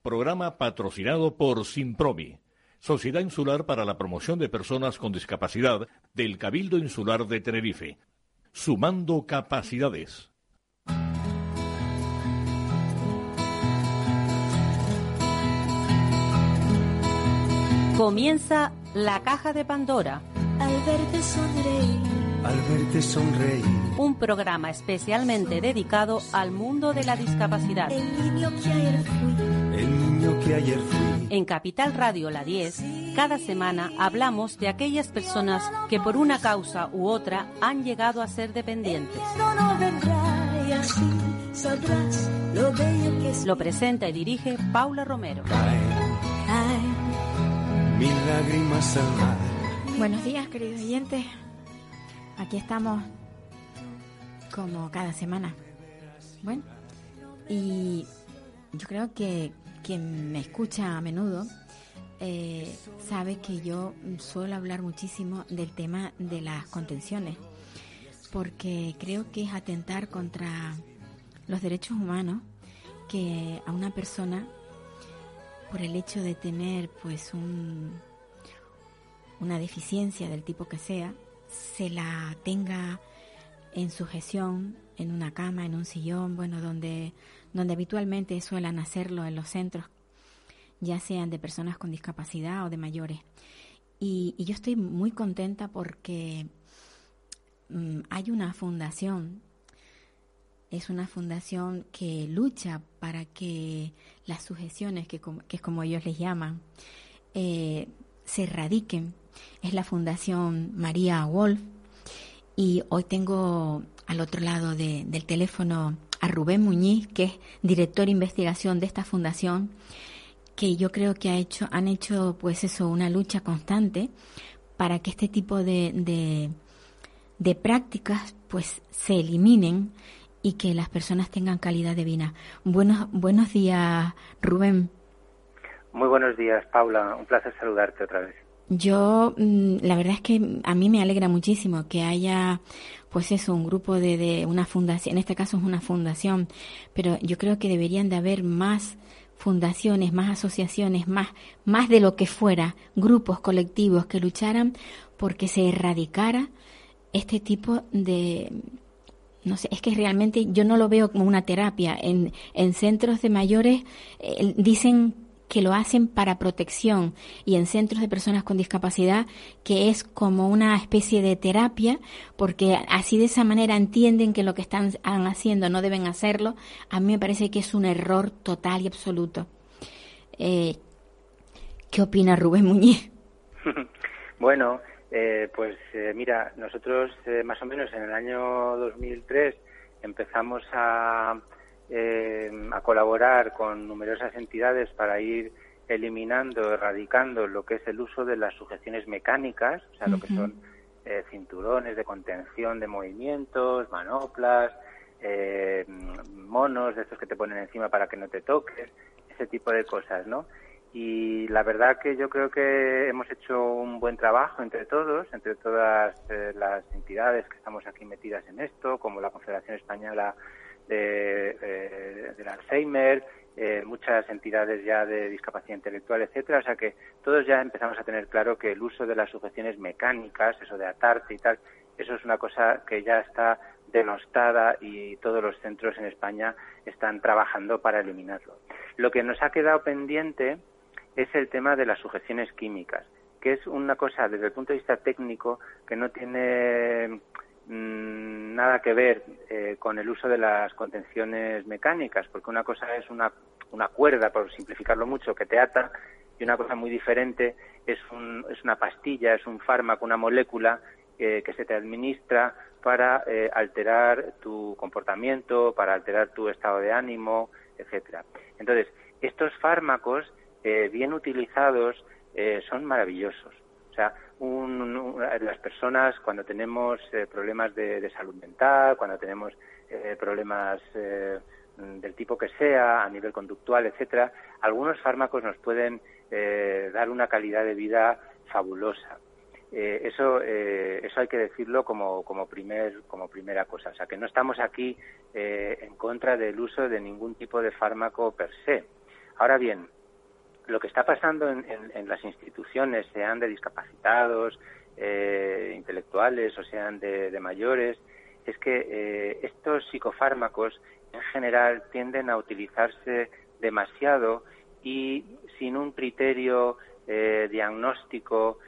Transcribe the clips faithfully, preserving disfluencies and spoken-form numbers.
programa patrocinado por Simpromi, Sociedad Insular para la Promoción de Personas con Discapacidad del Cabildo Insular de Tenerife. Sumando capacidades. Comienza La Caja de Pandora. Al verte sonreír. Al verte sonreír. Un programa especialmente dedicado al mundo de la discapacidad. El niño que ayer fui. El niño que ayer fui. En Capital Radio La diez, cada semana hablamos de aquellas personas que por una causa u otra han llegado a ser dependientes. No, no vendrá y así sabrás lo bello que es. Lo presenta y dirige Paula Romero. Caen mil lágrimas al mar. Buenos días, queridos oyentes. Aquí estamos como cada semana. Bueno, y yo creo que quien me escucha a menudo eh, sabe que yo suelo hablar muchísimo del tema de las contenciones, porque creo que es atentar contra los derechos humanos que a una persona, por el hecho de tener pues un, una deficiencia del tipo que sea, se la tenga en sujeción, en una cama, en un sillón, bueno, donde, donde habitualmente suelen hacerlo en los centros, ya sean de personas con discapacidad o de mayores. Y, y yo estoy muy contenta porque um, hay una fundación, es una fundación que lucha para que las sujeciones, que, que es como ellos les llaman, eh, se erradiquen. Es la Fundación María Wolf. Y hoy tengo al otro lado de, del teléfono a Rubén Muñiz, que es director de investigación de esta fundación, que yo creo que ha hecho, han hecho pues eso, una lucha constante para que este tipo de, de, de prácticas pues se eliminen y que las personas tengan calidad de vida. Buenos, buenos días, Rubén. Muy buenos días, Paula. Un placer saludarte otra vez. Yo, la verdad es que a mí me alegra muchísimo que haya, pues eso, un grupo de, de una fundación, en este caso es una fundación, pero yo creo que deberían de haber más fundaciones, más asociaciones, más, más de lo que fuera, grupos colectivos que lucharan porque se erradicara este tipo de... No sé, es que realmente yo no lo veo como una terapia. En, en centros de mayores eh, dicen que lo hacen para protección, y en centros de personas con discapacidad que es como una especie de terapia, porque así de esa manera entienden que lo que están haciendo no deben hacerlo. A mí me parece que es un error total y absoluto. Eh, ¿Qué opina Rubén Muñiz? Bueno, eh, pues eh, mira, nosotros eh, más o menos en el año dos mil tres empezamos a... Eh, a colaborar con numerosas entidades para ir eliminando, erradicando lo que es el uso de las sujeciones mecánicas, o sea, uh-huh. lo que son eh, cinturones de contención de movimientos, manoplas, eh, monos de estos que te ponen encima para que no te toques, ese tipo de cosas, ¿no? Y la verdad que yo creo que hemos hecho un buen trabajo entre todos, entre todas eh, las entidades que estamos aquí metidas en esto, como la Confederación Española De, eh, del Alzheimer, eh, muchas entidades ya de discapacidad intelectual, etcétera. O sea que todos ya empezamos a tener claro que el uso de las sujeciones mecánicas, eso de atarte y tal, eso es una cosa que ya está denostada y todos los centros en España están trabajando para eliminarlo. Lo que nos ha quedado pendiente es el tema de las sujeciones químicas, que es una cosa desde el punto de vista técnico que no tiene nada que ver eh, con el uso de las contenciones mecánicas, porque una cosa es una, una cuerda, por simplificarlo mucho, que te ata, y una cosa muy diferente es, un, es una pastilla, es un fármaco, una molécula eh, que se te administra para eh, alterar tu comportamiento, para alterar tu estado de ánimo, etcétera. Entonces, estos fármacos, eh, bien utilizados, eh, son maravillosos. O sea, un, un, las personas cuando tenemos eh, problemas de, de salud mental, cuando tenemos eh, problemas eh, del tipo que sea, a nivel conductual, etcétera, algunos fármacos nos pueden eh, dar una calidad de vida fabulosa. Eh, eso eh, eso hay que decirlo como como primer como primera cosa. O sea, que no estamos aquí eh, en contra del uso de ningún tipo de fármaco per se. Ahora bien, lo que está pasando en, en, en las instituciones, sean de discapacitados, eh, intelectuales o sean de, de mayores, es que eh, estos psicofármacos en general tienden a utilizarse demasiado y sin un criterio eh, diagnóstico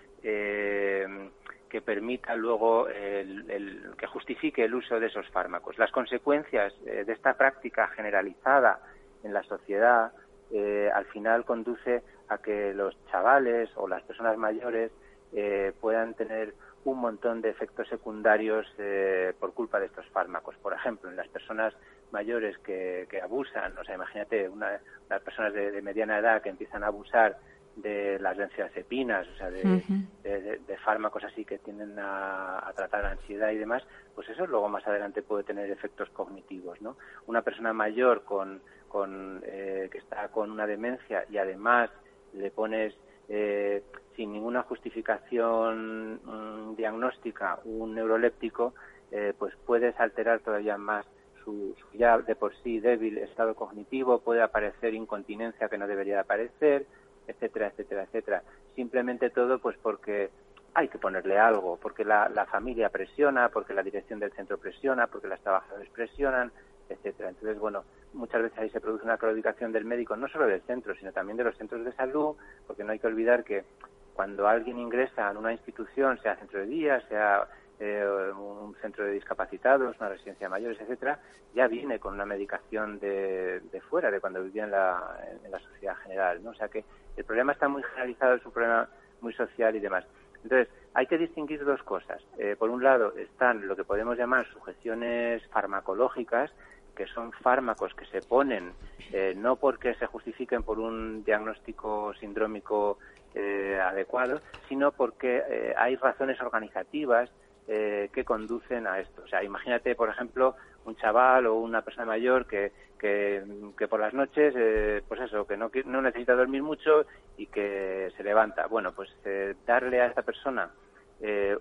eh, que permita luego el, el, que justifique el uso de esos fármacos. Las consecuencias eh, de esta práctica generalizada en la sociedad eh, al final conduce a que los chavales o las personas mayores eh, puedan tener un montón de efectos secundarios eh, por culpa de estos fármacos. Por ejemplo, en las personas mayores que, que abusan, o sea, imagínate, una, las personas de, de mediana edad que empiezan a abusar de las benzodiazepinas, o sea, de, uh-huh. de, de, de fármacos así que tienden a, a tratar la ansiedad y demás, pues eso luego más adelante puede tener efectos cognitivos, ¿no? Una persona mayor con, con eh, que está con una demencia y además le pones eh, sin ninguna justificación mmm, diagnóstica un neuroléptico, eh, pues puedes alterar todavía más su, su ya de por sí débil estado cognitivo, puede aparecer incontinencia que no debería de aparecer, etcétera, etcétera, etcétera. Simplemente todo pues porque hay que ponerle algo, porque la, la familia presiona, porque la dirección del centro presiona, porque las trabajadoras presionan, etcétera. Entonces, bueno, muchas veces ahí se produce una claudicación del médico, no solo del centro, sino también de los centros de salud, porque no hay que olvidar que cuando alguien ingresa en una institución, sea centro de día, sea eh, un centro de discapacitados, una residencia de mayores, etcétera, ya viene con una medicación de, de fuera, de cuando vivía en la, en la sociedad general, ¿no? O sea que el problema está muy generalizado, es un problema muy social y demás. Entonces, hay que distinguir dos cosas. Eh, por un lado, están lo que podemos llamar sujeciones farmacológicas, que son fármacos que se ponen eh, no porque se justifiquen por un diagnóstico sindrómico eh, adecuado, sino porque eh, hay razones organizativas eh, que conducen a esto. O sea, imagínate, por ejemplo, un chaval o una persona mayor que que, que por las noches, eh, pues eso, que no, no necesita dormir mucho y que se levanta. Bueno, pues eh, darle a esta persona eh,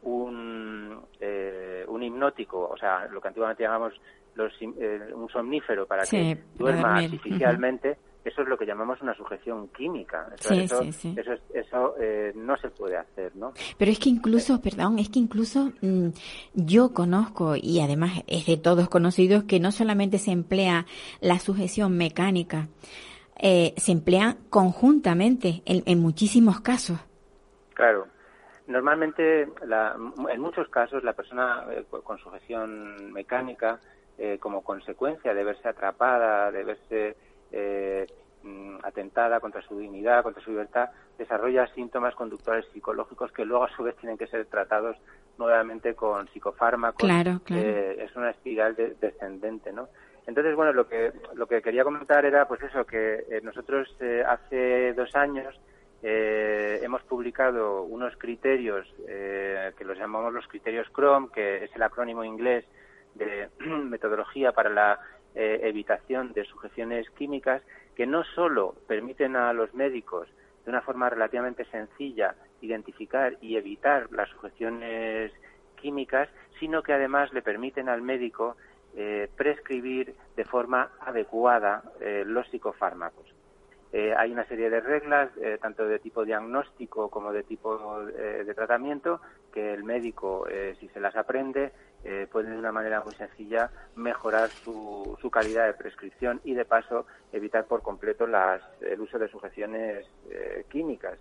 un, eh, un hipnótico, o sea, lo que antiguamente llamamos los, eh, un somnífero para sí, que duerma artificialmente, uh-huh. Eso es lo que llamamos una sujeción química. Eso, sí, eso, sí, sí. eso, eso eh, no se puede hacer, ¿no? Pero es que incluso, eh. perdón, es que incluso mmm, yo conozco, y además es de todos conocidos, que no solamente se emplea la sujeción mecánica, eh, se emplea conjuntamente en, en muchísimos casos. Claro. Normalmente, la, en muchos casos, la persona eh, con sujeción mecánica, eh, como consecuencia de verse atrapada, de verse eh, atentada contra su dignidad, contra su libertad, desarrolla síntomas conductuales psicológicos que luego a su vez tienen que ser tratados nuevamente con psicofármacos. Claro, claro. Eh, es una espiral de, descendente, ¿no? Entonces, bueno, lo que lo que quería comentar era, pues eso, que eh, nosotros eh, hace dos años eh, hemos publicado unos criterios eh, que los llamamos los criterios CROM, que es el acrónimo inglés de metodología para la eh, evitación de sujeciones químicas, que no solo permiten a los médicos de una forma relativamente sencilla identificar y evitar las sujeciones químicas, sino que además le permiten al médico eh, prescribir de forma adecuada eh, los psicofármacos. Eh, hay una serie de reglas, eh, tanto de tipo diagnóstico como de tipo eh, de tratamiento, que el médico, eh, si se las aprende, eh, puede de una manera muy sencilla mejorar su, su calidad de prescripción y, de paso, evitar por completo las, el uso de sujeciones eh, químicas.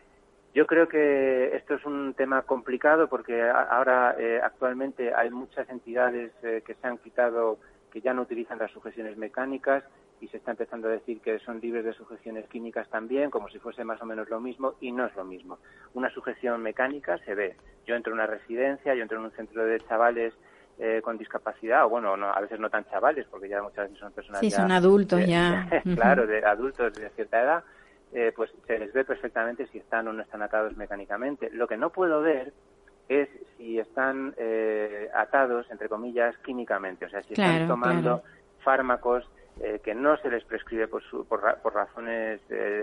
Yo creo que esto es un tema complicado porque ahora eh, actualmente hay muchas entidades eh, que se han quitado, que ya no utilizan las sujeciones mecánicas, y se está empezando a decir que son libres de sujeciones químicas también, como si fuese más o menos lo mismo, y no es lo mismo. Una sujeción mecánica se ve. Yo entro en una residencia, yo entro en un centro de chavales eh, con discapacidad, o bueno, no, a veces no tan chavales, porque ya muchas veces son personas sí, ya... Sí, son adultos de, ya. Claro, de adultos de cierta edad, eh, pues se les ve perfectamente si están o no están atados mecánicamente. Lo que no puedo ver es si están eh, atados, entre comillas, químicamente, o sea, si claro, están tomando claro. fármacos Eh, que no se les prescribe por, su, por, ra, por razones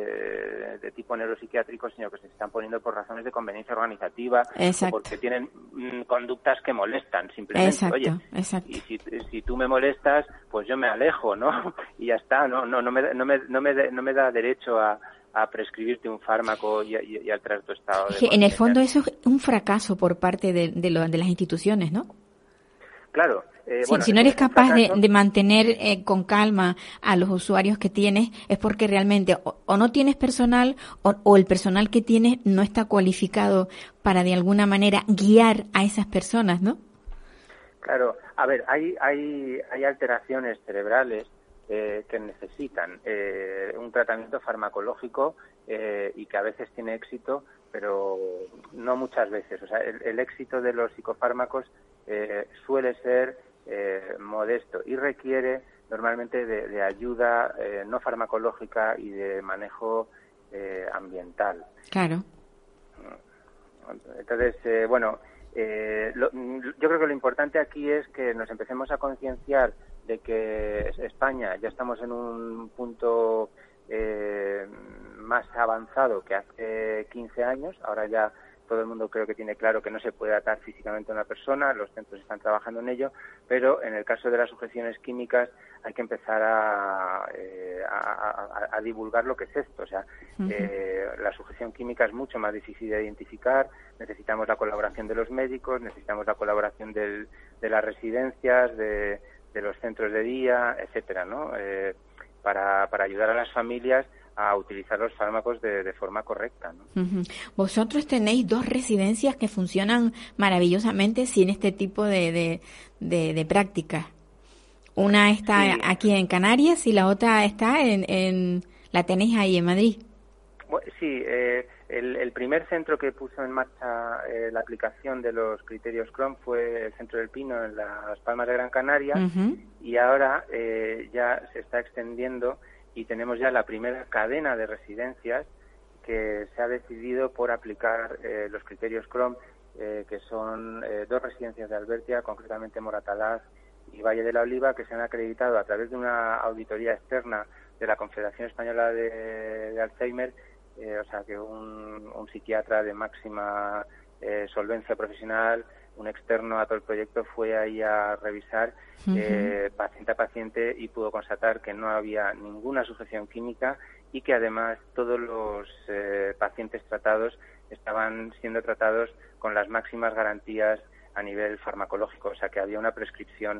eh, de tipo neuropsiquiátrico, sino que se están poniendo por razones de conveniencia organizativa, o porque tienen mm, conductas que molestan, simplemente. Exacto, Oye, exacto. y si, si tú me molestas, pues yo me alejo, ¿no? Y ya está, no no no me no me no me, no me da derecho a, a prescribirte un fármaco y, y, y alterar tu estado. Es de que en el conciencia. fondo eso es un fracaso por parte de, de, lo, de las instituciones, ¿no? Claro. Eh, Si, bueno, si no eres es un capaz de, fracaso. de mantener eh, con calma a los usuarios que tienes, es porque realmente o, o no tienes personal o, o el personal que tienes no está cualificado para de alguna manera guiar a esas personas, ¿no? Claro, a ver, hay hay hay alteraciones cerebrales eh, que necesitan eh, un tratamiento farmacológico eh, y que a veces tiene éxito, pero no muchas veces. O sea, el, el éxito de los psicofármacos eh, suele ser eh, modesto y requiere normalmente de, de ayuda eh, no farmacológica y de manejo eh, ambiental. Claro. Entonces, eh, bueno, eh, lo, yo creo que lo importante aquí es que nos empecemos a concienciar de que España ya estamos en un punto eh, más avanzado que hace quince años. Ahora ya todo el mundo creo que tiene claro que no se puede atar físicamente a una persona, los centros están trabajando en ello, pero en el caso de las sujeciones químicas hay que empezar a, eh, a, a, a divulgar lo que es esto. O sea, uh-huh. eh, la sujeción química es mucho más difícil de identificar, necesitamos la colaboración de los médicos, necesitamos la colaboración del, de las residencias, de, de los centros de día, etcétera, ¿no? Eh, para, para ayudar a las familias a utilizar los fármacos de, de forma correcta, ¿no? Uh-huh. Vosotros tenéis dos residencias que funcionan maravillosamente sin este tipo de, de, de, de prácticas. Una está sí. aquí en Canarias y la otra está en, en la tenéis ahí en Madrid. Bueno, sí, eh, el, el primer centro que puso en marcha eh, la aplicación de los criterios C R O M fue el Centro del Pino en Las Palmas de Gran Canaria, uh-huh. y ahora eh, ya se está extendiendo y tenemos ya la primera cadena de residencias que se ha decidido por aplicar eh, los criterios C R O M, eh, que son eh, dos residencias de Albertia, concretamente Moratalaz y Valle de la Oliva, que se han acreditado a través de una auditoría externa de la Confederación Española de, de Alzheimer, eh, o sea que un, un psiquiatra de máxima eh, solvencia profesional, un externo a todo el proyecto, fue ahí a revisar uh-huh. eh, paciente a paciente y pudo constatar que no había ninguna sujeción química y que además todos los eh, pacientes tratados estaban siendo tratados con las máximas garantías a nivel farmacológico, o sea que había una prescripción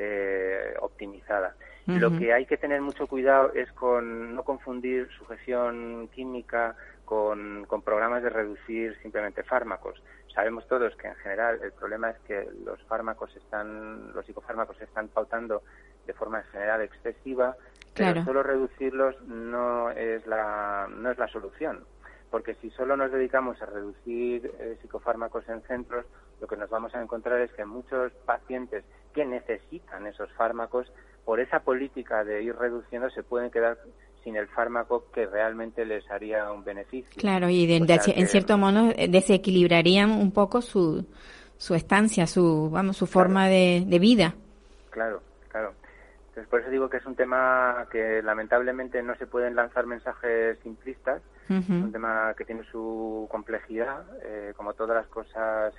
eh, optimizada. Uh-huh. Lo que hay que tener mucho cuidado es con no confundir sujeción química con, con programas de reducir simplemente fármacos. Sabemos todos que en general el problema es que los fármacos están, los psicofármacos se están pautando de forma en general excesiva, claro. pero solo reducirlos no es la no es la solución, porque si solo nos dedicamos a reducir eh, psicofármacos en centros, lo que nos vamos a encontrar es que muchos pacientes que necesitan esos fármacos, por esa política de ir reduciendo, se pueden quedar sin el fármaco que realmente les haría un beneficio. Claro, y de, de, en que, cierto modo desequilibrarían un poco su su estancia, su vamos su forma claro. de, de vida. Claro, claro. Entonces, por eso digo que es un tema que lamentablemente no se pueden lanzar mensajes simplistas. Uh-huh. Es un tema que tiene su complejidad, eh, como todas las cosas,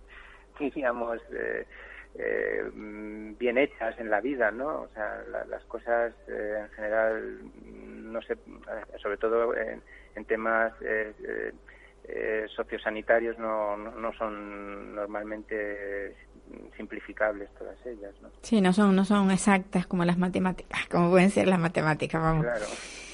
diríamos, eh, eh, bien hechas en la vida, ¿no? O sea, la, las cosas eh, en general, no sé, sobre todo en, en temas eh, eh, eh, sociosanitarios no, no, no son normalmente simplificables todas ellas, ¿no? Sí, no son no son exactas como las matemáticas, como pueden ser las matemáticas, vamos. Claro.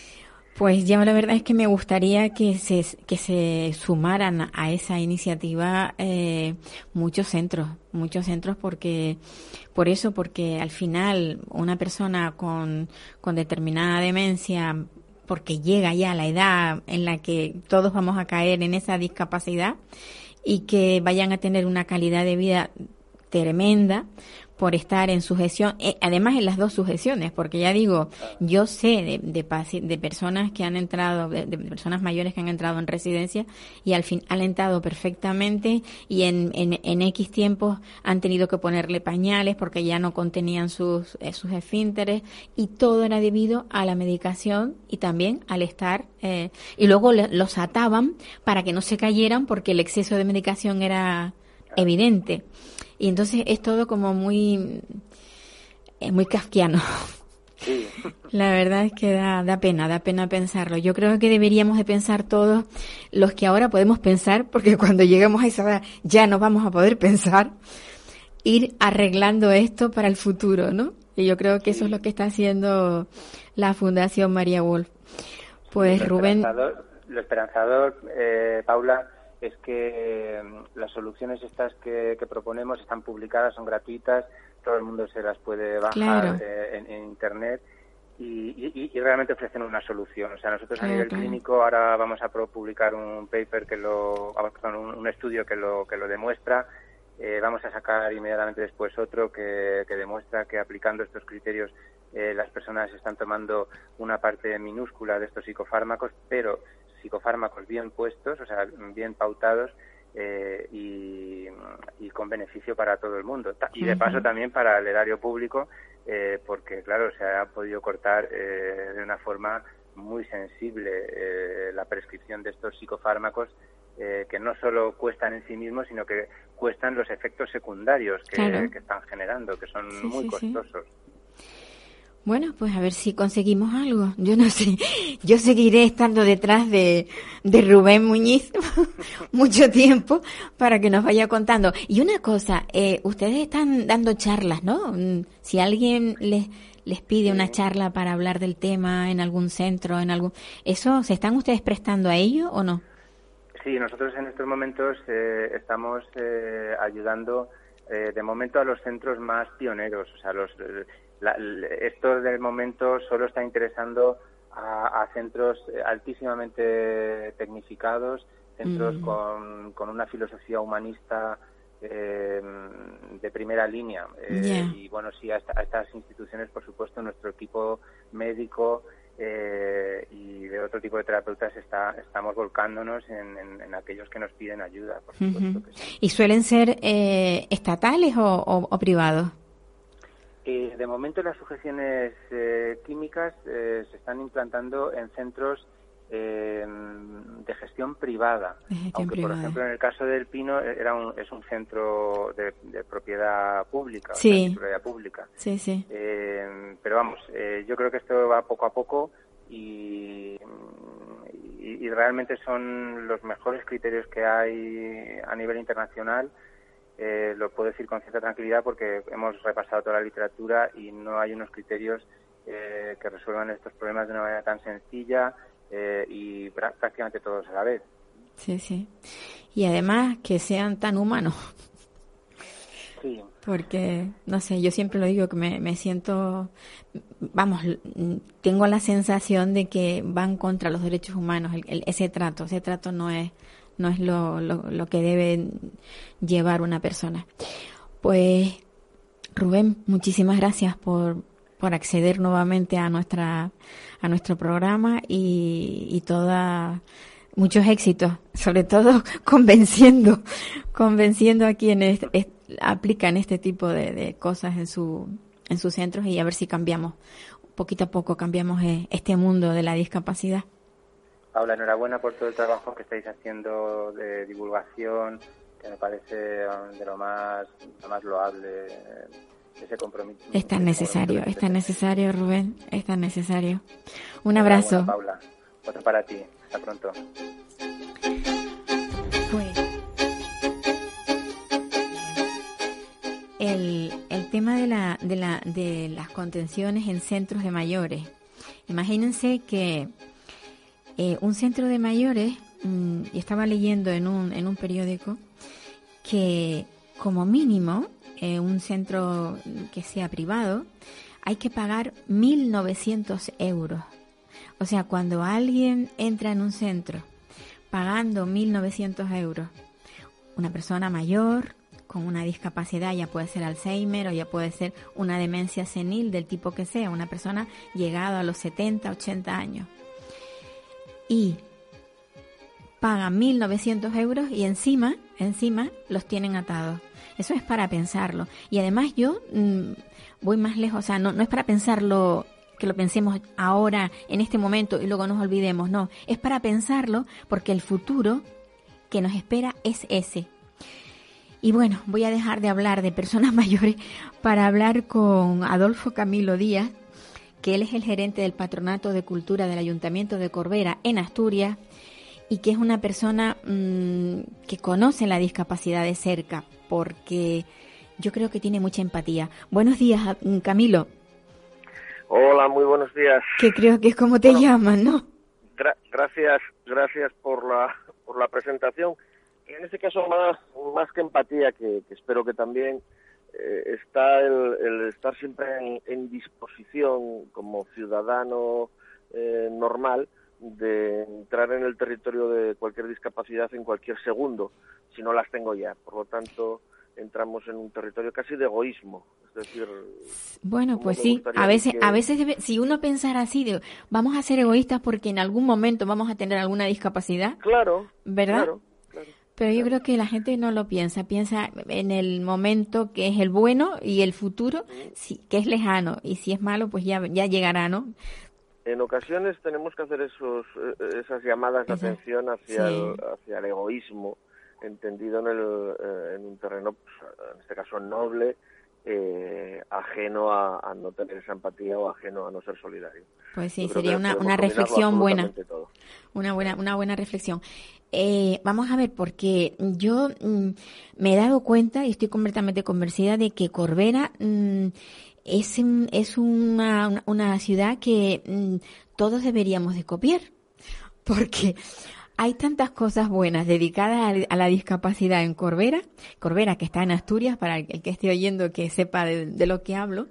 Pues ya la verdad es que me gustaría que se que se sumaran a esa iniciativa eh, muchos centros, muchos centros porque por eso porque al final una persona con con determinada demencia, porque llega ya a la edad en la que todos vamos a caer en esa discapacidad y que vayan a tener una calidad de vida tremenda por estar en sujeción, eh, además en las dos sujeciones, porque ya digo, yo sé de, de, paci- de personas que han entrado, de, de personas mayores que han entrado en residencia y al fin han entrado perfectamente y en, en, en X tiempos han tenido que ponerle pañales porque ya no contenían sus, eh, sus esfínteres y todo era debido a la medicación y también al estar, eh, y luego le, los ataban para que no se cayeran porque el exceso de medicación era evidente. Y entonces es todo como muy, eh, muy kafkiano. Sí. La verdad es que da, da pena, da pena pensarlo. Yo creo que deberíamos de pensar todos los que ahora podemos pensar, porque cuando lleguemos a esa edad ya no vamos a poder pensar, ir arreglando esto para el futuro, ¿no? Y yo creo que eso es lo que está haciendo la Fundación María Wolf. Pues lo Rubén... Esperanzador, lo esperanzador, eh, Paula, es que las soluciones estas que, que proponemos están publicadas, son gratuitas, todo el mundo se las puede bajar Claro. eh, en, en Internet y, y, y realmente ofrecen una solución. O sea, nosotros Claro, a nivel claro. clínico ahora vamos a pro- publicar un paper que lo, vamos, perdón, un, un estudio que lo, que lo demuestra. Eh, vamos a sacar inmediatamente después otro que, que demuestra que aplicando estos criterios eh, las personas están tomando una parte minúscula de estos psicofármacos, pero psicofármacos bien puestos, o sea, bien pautados eh, y, y con beneficio para todo el mundo. Y de paso también para el erario público, eh, porque claro, se ha podido cortar eh, de una forma muy sensible eh, la prescripción de estos psicofármacos eh, que no solo cuestan en sí mismos, sino que cuestan los efectos secundarios que, Claro. que están generando, que son Sí, muy sí, sí. costosos. Bueno, pues a ver si conseguimos algo. Yo no sé, yo seguiré estando detrás de, de Rubén Muñiz mucho tiempo para que nos vaya contando. Y una cosa, eh, ustedes están dando charlas, ¿no? Mm, Si alguien les les pide una charla para hablar del tema en algún centro, en algún, ¿eso se están ustedes prestando a ello o no? Sí, nosotros en estos momentos eh, estamos eh, ayudando eh, de momento a los centros más pioneros. O sea, los la, esto del momento solo está interesando a, a centros altísimamente tecnificados, centros mm. con, con una filosofía humanista eh, de primera línea. Eh, yeah. Y bueno, sí, a, esta, a estas instituciones, por supuesto, nuestro equipo médico Eh, y de otro tipo de terapeutas está, estamos volcándonos en, en, en aquellos que nos piden ayuda, por supuesto. Uh-huh. Que sí. ¿Y suelen ser eh, estatales o, o, o privados? Eh, de momento las sujeciones eh, químicas eh, se están implantando en centros eh, de gestión privada, de gestión aunque privada. por ejemplo en el caso del Pino era un, es un centro de, de propiedad pública, sí. o sea, de propiedad pública. Sí, sí. Eh, pero vamos, eh, yo creo que esto va poco a poco y, y, y realmente son los mejores criterios que hay a nivel internacional. Eh, lo puedo decir con cierta tranquilidad porque hemos repasado toda la literatura y no hay unos criterios eh, que resuelvan estos problemas de una manera tan sencilla eh, y prácticamente todos a la vez. Sí, sí. Y además que sean tan humanos. Sí. Porque, no sé, yo siempre lo digo que me, me siento, vamos, tengo la sensación de que van contra los derechos humanos, el, el, ese trato, ese trato no es no es lo, lo, lo que debe llevar una persona. Pues, Rubén, muchísimas gracias por, por acceder nuevamente a nuestra a nuestro programa y, y toda muchos éxitos, sobre todo convenciendo convenciendo a quienes est, aplican este tipo de, de cosas en su en sus centros y a ver si cambiamos poquito a poco cambiamos este mundo de la discapacidad. Paula, enhorabuena por todo el trabajo que estáis haciendo de divulgación, que me parece de lo más, lo más loable, ese compromiso. Es tan necesario, es tan necesario, Rubén, es tan necesario. Un enhorabuena, abrazo. Paula, otro para ti, hasta pronto. Pues el, el tema de la, de la, de las contenciones en centros de mayores. Imagínense que Eh, un centro de mayores, mmm, y estaba leyendo en un, en un periódico, que como mínimo, eh, un centro que sea privado, hay que pagar mil novecientos euros. O sea, cuando alguien entra en un centro pagando mil novecientos euros, una persona mayor, con una discapacidad, ya puede ser Alzheimer o ya puede ser una demencia senil del tipo que sea, una persona llegada a los setenta, ochenta años, y pagan mil novecientos euros y encima, encima los tienen atados. Eso es para pensarlo. Y además yo mmm, voy más lejos, o sea, no, no es para pensarlo, que lo pensemos ahora, en este momento, y luego nos olvidemos, no. Es para pensarlo porque el futuro que nos espera es ese. Y bueno, voy a dejar de hablar de personas mayores para hablar con Adolfo Camilo Díaz, que él es el gerente del Patronato de Cultura del Ayuntamiento de Corbera en Asturias y que es una persona mmm, que conoce la discapacidad de cerca, porque yo creo que tiene mucha empatía. Buenos días, Camilo. Hola, muy buenos días. Que creo que es como te bueno, llaman, ¿no? Gra- gracias, gracias por la por la presentación. En este caso más más que empatía, que, que espero que también eh, está el, el estar siempre en, en disposición como ciudadano eh, normal de entrar en el territorio de cualquier discapacidad en cualquier segundo, si no las tengo ya. Por lo tanto, entramos en un territorio casi de egoísmo, es decir, bueno, pues sí, a veces que... a veces debe, si uno pensara así, de, vamos a ser egoístas porque en algún momento vamos a tener alguna discapacidad, claro, ¿verdad? Claro, claro, pero yo claro. creo que la gente no lo piensa, piensa en el momento que es el bueno y el futuro, sí, que es lejano, y si es malo, pues ya ya llegará, ¿no? En ocasiones tenemos que hacer esos esas llamadas de Esa, atención hacia, sí. el, hacia el egoísmo, entendido en, el, eh, en un terreno, pues, en este caso noble, eh, ajeno a, a no tener esa empatía o ajeno a no ser solidario. Pues sí, sería una, una reflexión buena, todo. una buena, una buena reflexión. Eh, vamos a ver, porque yo mm, me he dado cuenta y estoy completamente convencida de que Corbera mm, es, es una, una ciudad que mm, todos deberíamos de copiar, porque hay tantas cosas buenas dedicadas a la discapacidad en Corbera, Corbera que está en Asturias, para el que esté oyendo que sepa de, de lo que hablo.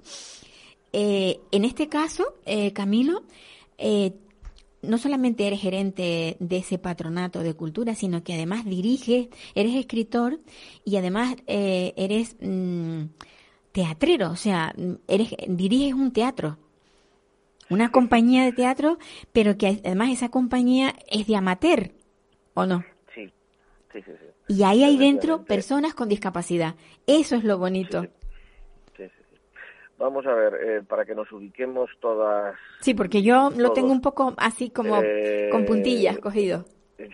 Eh, en este caso, eh, Camilo, eh, no solamente eres gerente de ese patronato de cultura, sino que además diriges, eres escritor y además eh, eres mmm, teatrero, o sea, eres diriges un teatro. Una compañía de teatro, pero que además esa compañía es de amateur, ¿o no? Sí, sí, sí. sí. Y ahí hay dentro personas con discapacidad. Eso es lo bonito. Sí, sí, sí. sí. Vamos a ver, eh, para que nos ubiquemos todas... Sí, porque yo todos. Lo tengo un poco así como eh, con puntillas cogido.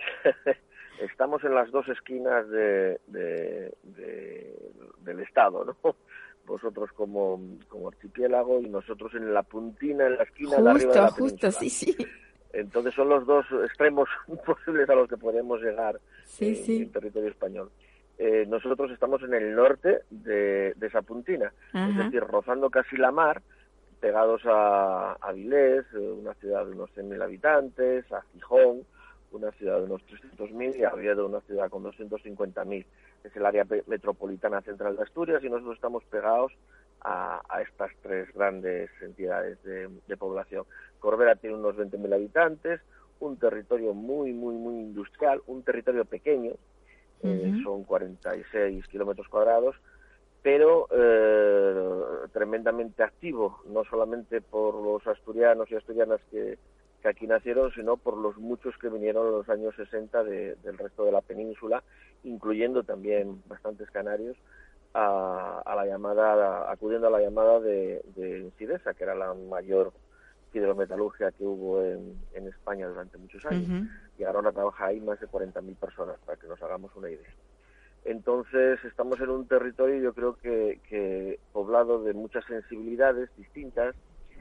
Estamos en las dos esquinas de, de, de, del Estado, ¿no? Vosotros como, como archipiélago y nosotros en la puntina, en la esquina justo, de arriba de la justo, península. Sí, sí. Entonces son los dos extremos posibles a los que podemos llegar sí, eh, sí. en territorio español. Eh, nosotros estamos en el norte de, de esa puntina, Ajá. es decir, rozando casi la mar, pegados a Avilés, una ciudad de unos cien mil habitantes, a Gijón, una ciudad de unos trescientos mil, y a Oviedo, una ciudad con doscientos cincuenta mil. Es el área metropolitana central de Asturias y nosotros estamos pegados a, a estas tres grandes entidades de, de población. Corbera tiene unos veinte mil habitantes, un territorio muy, muy, muy industrial, un territorio pequeño, uh-huh. eh, son cuarenta y seis kilómetros cuadrados, pero eh, tremendamente activo, no solamente por los asturianos y asturianas que, que aquí nacieron, sino por los muchos que vinieron en los años sesenta de, del resto de la península, incluyendo también bastantes canarios, a, a la llamada, acudiendo a la llamada de, de Cidesa, que era la mayor hidrometalurgia que hubo en, en España durante muchos años. Uh-huh. Llegaron a trabajar ahí más de cuarenta mil personas, para que nos hagamos una idea. Entonces, estamos en un territorio, yo creo que, que poblado de muchas sensibilidades distintas,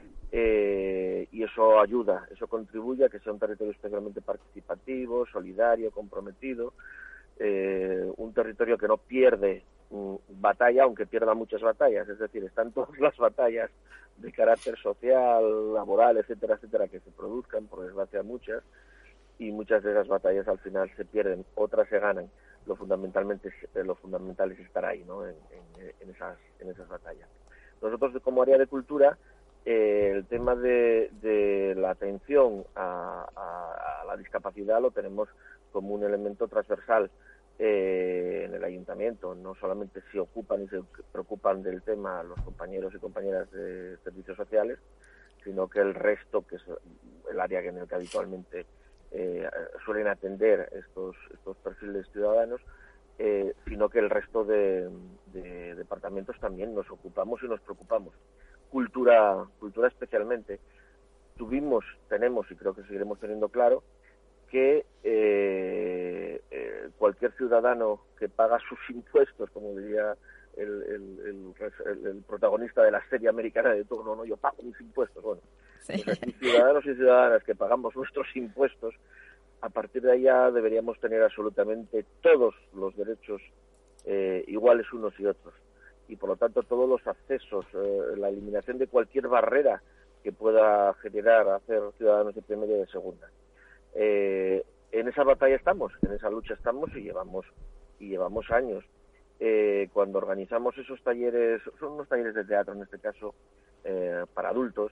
eh, y eso ayuda, eso contribuye a que sea un territorio especialmente participativo, solidario, comprometido, eh, un territorio que no pierde um, batalla, aunque pierda muchas batallas, es decir, están todas las batallas de carácter social, laboral, etcétera, etcétera, que se produzcan, por desgracia muchas, y muchas de esas batallas al final se pierden, otras se ganan. Lo fundamentalmente es, lo fundamental es estar ahí, ¿no? En, en, en esas en esas batallas. Nosotros como área de cultura, eh, el tema de, de la atención a, a, a la discapacidad lo tenemos como un elemento transversal eh, en el ayuntamiento. No solamente se ocupan y se preocupan del tema los compañeros y compañeras de servicios sociales, sino que el resto, que es el área en el que habitualmente Eh, suelen atender estos estos perfiles ciudadanos, eh, sino que el resto de, de departamentos también nos ocupamos y nos preocupamos. Cultura, cultura especialmente. Tuvimos, tenemos y creo que seguiremos teniendo claro que eh, eh, cualquier ciudadano que paga sus impuestos, como diría el, el, el, el, el protagonista de la serie americana de turno, no, yo pago mis impuestos. Bueno, Sí. O sea, si ciudadanos y ciudadanas que pagamos nuestros impuestos, a partir de allá deberíamos tener absolutamente todos los derechos eh, iguales unos y otros. Y por lo tanto todos los accesos, eh, la eliminación de cualquier barrera que pueda generar hacer ciudadanos de primera y de segunda. Eh, en esa batalla estamos, en esa lucha estamos y llevamos y llevamos años. Eh, cuando organizamos esos talleres, son unos talleres de teatro en este caso, eh, para adultos,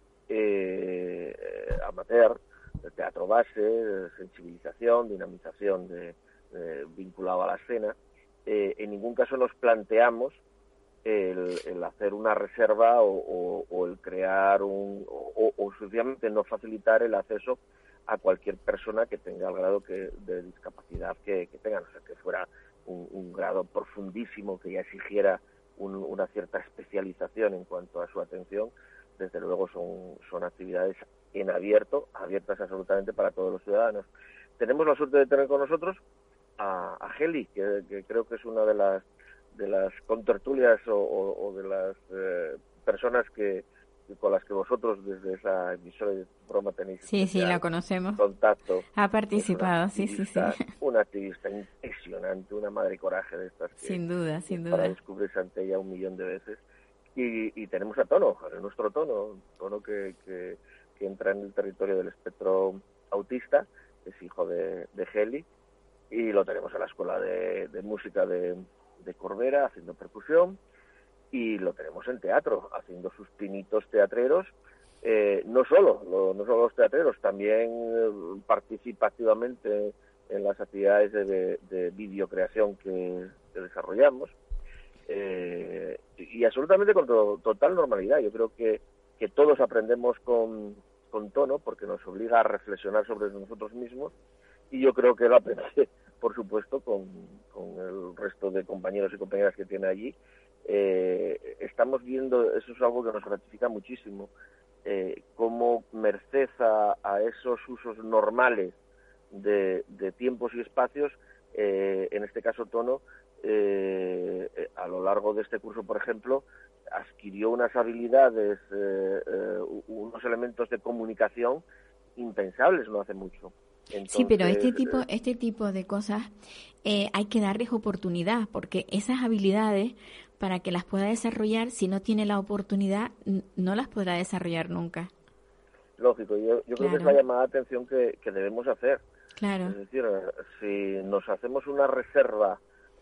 eh, amateur, de teatro base, de sensibilización, dinamización de, eh, vinculado a la escena, eh, en ningún caso nos planteamos el, el hacer una reserva o, o, o el crear un, o, o sencillamente no facilitar el acceso a cualquier persona que tenga el grado que, de discapacidad que, que tenga, o sea, que fuera un, un grado profundísimo que ya exigiera un, una cierta especialización en cuanto a su atención. Desde luego son, son actividades en abierto, abiertas absolutamente para todos los ciudadanos. Tenemos la suerte de tener con nosotros a, a Geli, que, que creo que es una de las de las contertulias o, o, o de las eh, personas que con las que vosotros desde esa emisora de broma tenéis sí, sí, la conocemos. Contacto. Ha participado, sí, sí, sí. Una activista impresionante, una madre coraje de estas. Que, sin duda, sin duda. Para descubrirse ante ella un millón de veces. Y, y tenemos a Tono, a nuestro Tono, Tono que, que, que entra en el territorio del espectro autista, es hijo de, de Geli, y lo tenemos en la Escuela de, de Música de, de Corbera, haciendo percusión, y lo tenemos en teatro, haciendo sus pinitos teatreros, eh, no solo, lo, no solo los teatreros, también eh, participa activamente en las actividades de, de, de videocreación que, que desarrollamos, eh, y absolutamente con to, total normalidad. Yo creo que, que todos aprendemos con, con Tono, porque nos obliga a reflexionar sobre nosotros mismos, y yo creo que lo aprende, por supuesto, con, con el resto de compañeros y compañeras que tiene allí. Eh, estamos viendo, eso es algo que nos gratifica muchísimo, eh, cómo merced a, a esos usos normales de, de tiempos y espacios, eh, en este caso Tono, eh, a lo largo de este curso, por ejemplo, adquirió unas habilidades, eh, eh, unos elementos de comunicación impensables no hace mucho. Entonces, sí, pero este tipo, este tipo de cosas eh, hay que darles oportunidad, porque esas habilidades, para que las pueda desarrollar, si no tiene la oportunidad, no las podrá desarrollar nunca. Lógico, yo, yo claro. creo que es la llamada de atención que, que debemos hacer. Claro. Es decir, si nos hacemos una reserva,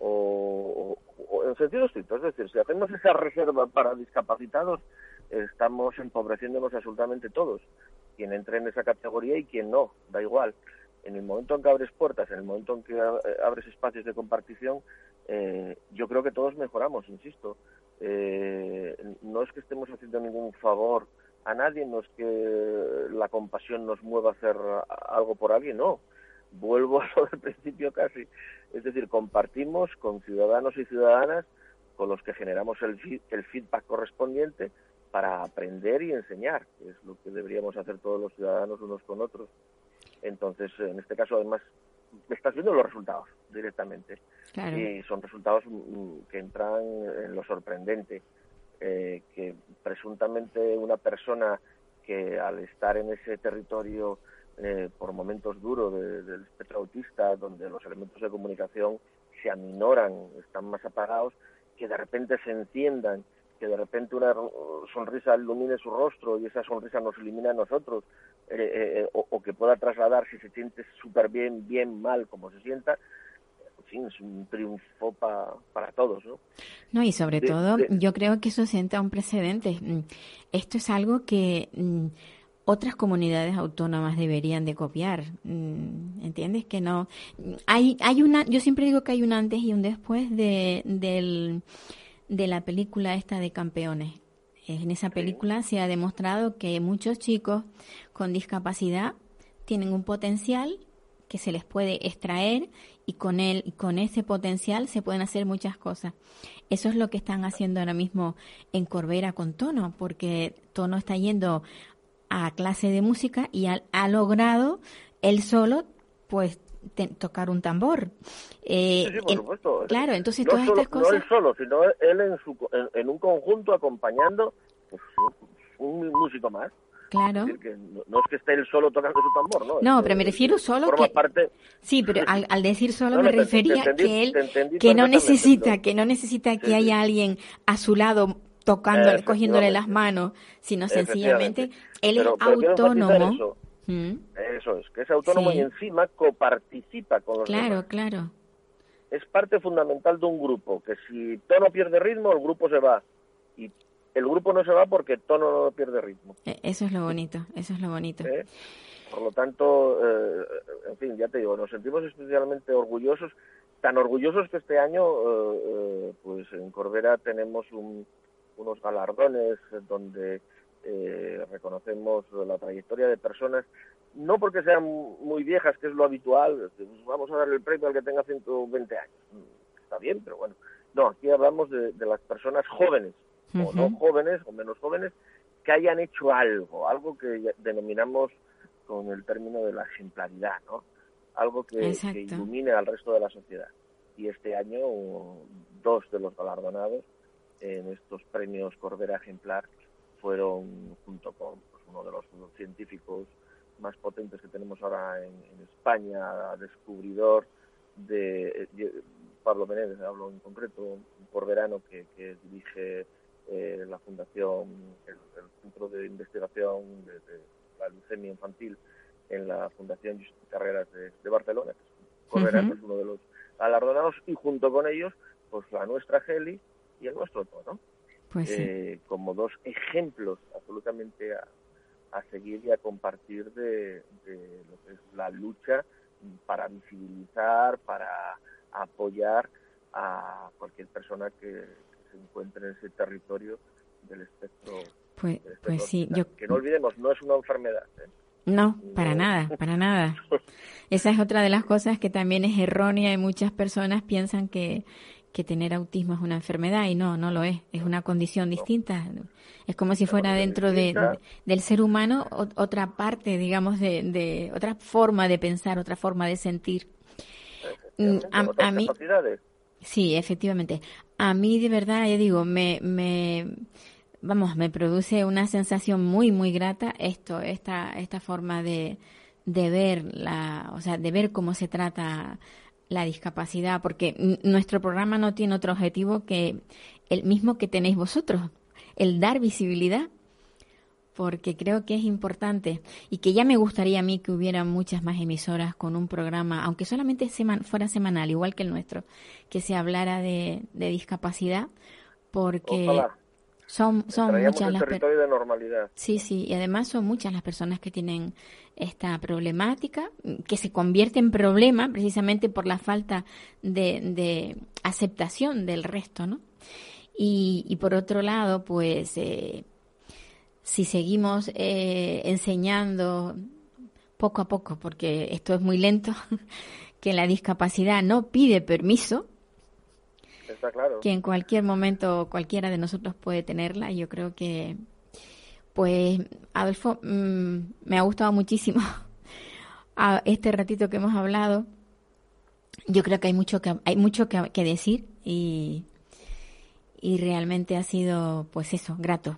o, o, o en sentido estricto, es decir, si hacemos esa reserva para discapacitados, estamos empobreciéndonos absolutamente todos. Quien entre en esa categoría y quien no, da igual. En el momento en que abres puertas, en el momento en que abres espacios de compartición, eh, yo creo que todos mejoramos, insisto. Eh, no es que estemos haciendo ningún favor a nadie, no es que la compasión nos mueva a hacer algo por alguien, no. Vuelvo a lo del principio casi. Es decir, compartimos con ciudadanos y ciudadanas con los que generamos el, el feedback correspondiente para aprender y enseñar, que es lo que deberíamos hacer todos los ciudadanos unos con otros. Entonces, en este caso, además, estás viendo los resultados directamente. Claro. Y son resultados que entran en lo sorprendente, eh, que presuntamente una persona que al estar en ese territorio eh, por momentos duros de, del espectro autista, donde los elementos de comunicación se aminoran, están más apagados, que de repente se enciendan, que de repente una sonrisa ilumine su rostro y esa sonrisa nos ilumina a nosotros, eh, eh, o, o que pueda trasladar si se siente súper bien, bien, mal, como se sienta, en fin, es un triunfo pa, para todos, ¿no? No, y sobre de, todo, de, yo creo que eso sienta un precedente. Esto es algo que mm, otras comunidades autónomas deberían de copiar, mm, ¿entiendes? Que no, hay, hay una, yo siempre digo que hay un antes y un después de, del... de la película esta de Campeones. En esa película se ha demostrado que muchos chicos con discapacidad tienen un potencial que se les puede extraer y con él, y con ese potencial se pueden hacer muchas cosas. Eso es lo que están haciendo ahora mismo en Corbera con Tono, porque Tono está yendo a clase de música y ha, ha logrado él solo, pues, Te, tocar un tambor. Eh, sí, sí, por en, supuesto. Claro, entonces no todas solo, estas cosas... No él solo, sino él en, su, en, en un conjunto acompañando pues, un músico más. Claro. Es decir, que no, no es que esté él solo tocando su tambor, ¿no? No, es pero me que, refiero solo forma que... parte... Sí, pero al, al decir solo No, no, me te- te refería entendí- que él te entendí que no perfectamente, necesita, pero- que no necesita que Sí, haya sí. alguien a su lado tocándole, cogiéndole las Efectivamente. manos, sino sencillamente Efectivamente. él Pero- es pero quiero enfatizar autónomo. eso. Mm, Eso es, que es autónomo Sí. y encima coparticipa con los Claro, demás. claro. Es parte fundamental de un grupo, que si Tono pierde ritmo, el grupo se va. Y el grupo no se va porque Tono no pierde ritmo. E- Eso es lo bonito, eso es lo bonito. ¿eh? Por lo tanto, eh, en fin, ya te digo, nos sentimos especialmente orgullosos, tan orgullosos que este año, eh, eh, pues en Corbera tenemos un, unos galardones donde eh, reconocemos la trayectoria de personas, no porque sean muy viejas, que es lo habitual, que, pues, vamos a darle el premio al que tenga ciento veinte años. Está bien, pero bueno. No, aquí hablamos de, de las personas jóvenes, o no Ujú. jóvenes, o menos jóvenes, que hayan hecho algo, algo que ya denominamos con el término de la ejemplaridad, ¿no? Algo que, Exacto. que ilumine al resto de la sociedad. Y este año, dos de los galardonados en estos premios Corbera Ejemplar fueron, junto con pues, uno de los científicos más potentes que tenemos ahora en, en España, descubridor de eh, Pablo Menéndez, hablo en concreto, un corberano que, que dirige eh, la fundación, el, el centro de investigación de, de la leucemia infantil en la Fundación Josep Carreras de, de Barcelona, que es un corberano, Ujú. es uno de los galardonados, y junto con ellos, pues la nuestra Geli y el nuestro Tono, Pues sí. eh, como dos ejemplos absolutamente a, a seguir y a compartir de, de lo que es la lucha para visibilizar, para apoyar a cualquier persona que, que se encuentre en ese territorio del espectro. Pues, del espectro pues sí, autismo. yo Que no olvidemos, no es una enfermedad. ¿eh? no, para No. nada, para nada. Esa es otra de las cosas que también es errónea y muchas personas piensan que, que tener autismo es una enfermedad y no, no lo es, es una condición distinta. Es como si fuera condición dentro de, distinta. del ser humano o- otra parte, digamos, de, de otra forma de pensar, otra forma de sentir. Mm, Efectivamente, A, otras a mí, capacidades. sí, efectivamente. A mí de verdad, ya digo, me, me, vamos, me produce una sensación muy, muy grata esto, esta, esta forma de, de ver la, o sea, de ver cómo se trata la discapacidad, porque n- nuestro programa no tiene otro objetivo que el mismo que tenéis vosotros, el dar visibilidad, porque creo que es importante y que ya me gustaría a mí que hubiera muchas más emisoras con un programa, aunque solamente seman- fuera semanal, igual que el nuestro, que se hablara de, de discapacidad, porque Ojalá. son, son Traíamos muchas el las per- territorio de normalidad. Sí, sí, y además son muchas las personas que tienen esta problemática, que se convierte en problema precisamente por la falta de, de aceptación del resto, ¿no? Y, y por otro lado, pues, eh, si seguimos eh, enseñando poco a poco, porque esto es muy lento, que la discapacidad no pide permiso, Está claro. que en cualquier momento cualquiera de nosotros puede tenerla. Yo creo que, pues, Adolfo, mmm, me ha gustado muchísimo a este ratito que hemos hablado. Yo creo que hay mucho que hay mucho que, que decir y, y realmente ha sido, pues eso, grato.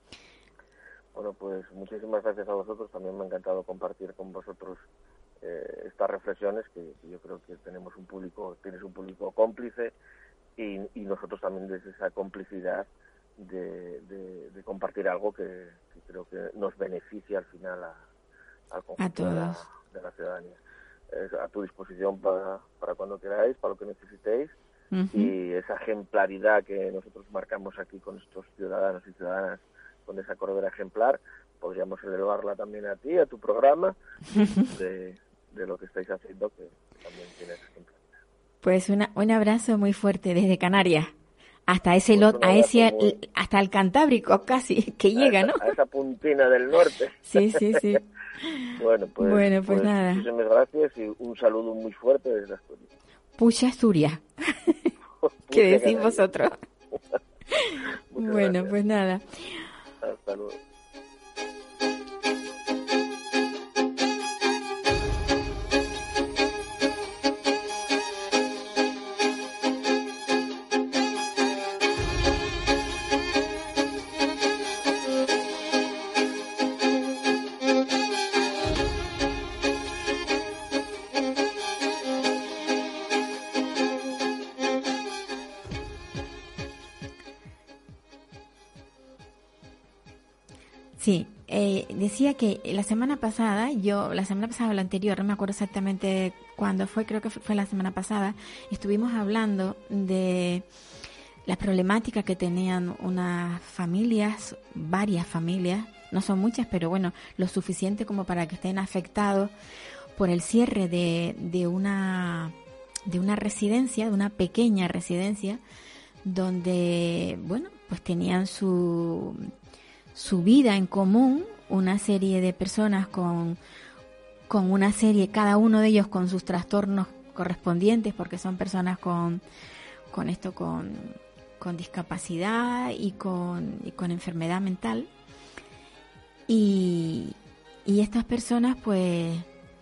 Bueno, pues muchísimas gracias a vosotros. También me ha encantado compartir con vosotros eh, estas reflexiones, que, que yo creo que tenemos un público, tienes un público cómplice y, y nosotros también desde esa complicidad de, de, de compartir algo que, que creo que nos beneficia al final a, al conjunto A de la, todos. de la ciudadanía. Es a tu disposición para, para cuando queráis, para lo que necesitéis. Ujú. Y esa ejemplaridad que nosotros marcamos aquí con estos ciudadanos y ciudadanas, con esa Corbera ejemplar, podríamos elevarla también a ti, a tu programa, de, de lo que estáis haciendo, que también tienes ejemplaridad. Pues una, un abrazo muy fuerte desde Canarias hasta ese Pues lot, un a ese abrazo muy- hasta el Cantábrico casi que A llega, esa- ¿no? A esa puntina del norte. Sí, sí, sí. Bueno, pues, Bueno, pues nada. Muchísimas gracias y un saludo muy fuerte desde Asturias. Pucha Asturias, ¿qué Pucha decís Canarias. vosotros? Muchas Bueno, gracias. pues nada. Hasta luego. Sí, eh, decía que la semana pasada, yo, la semana pasada o la anterior, no me acuerdo exactamente cuándo fue, creo que fue la semana pasada, estuvimos hablando de la problemática que tenían unas familias, varias familias, no son muchas, pero bueno, lo suficiente como para que estén afectados por el cierre de, de una de una residencia, de una pequeña residencia, donde, bueno, pues tenían su su vida en común, una serie de personas con, con una serie, cada uno de ellos con sus trastornos correspondientes, porque son personas con, con esto, con, con discapacidad y con, y con enfermedad mental. Y, y estas personas, pues,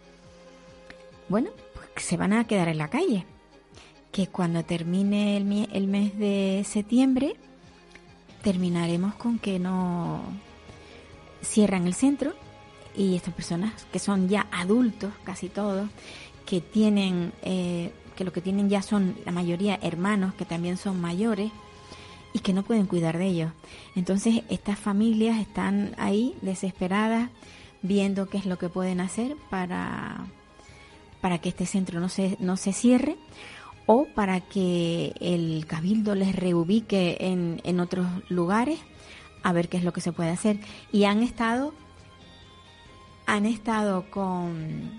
bueno, pues se van a quedar en la calle. Que cuando termine el, el mes de septiembre, terminaremos con que no cierran el centro, y estas personas que son ya adultos, casi todos, que tienen, eh, que lo que tienen ya son la mayoría hermanos que también son mayores y que no pueden cuidar de ellos. Entonces estas familias están ahí desesperadas, viendo qué es lo que pueden hacer para, para que este centro no se, no se cierre, o para que el Cabildo les reubique en, en otros lugares, a ver qué es lo que se puede hacer. Y han estado han estado con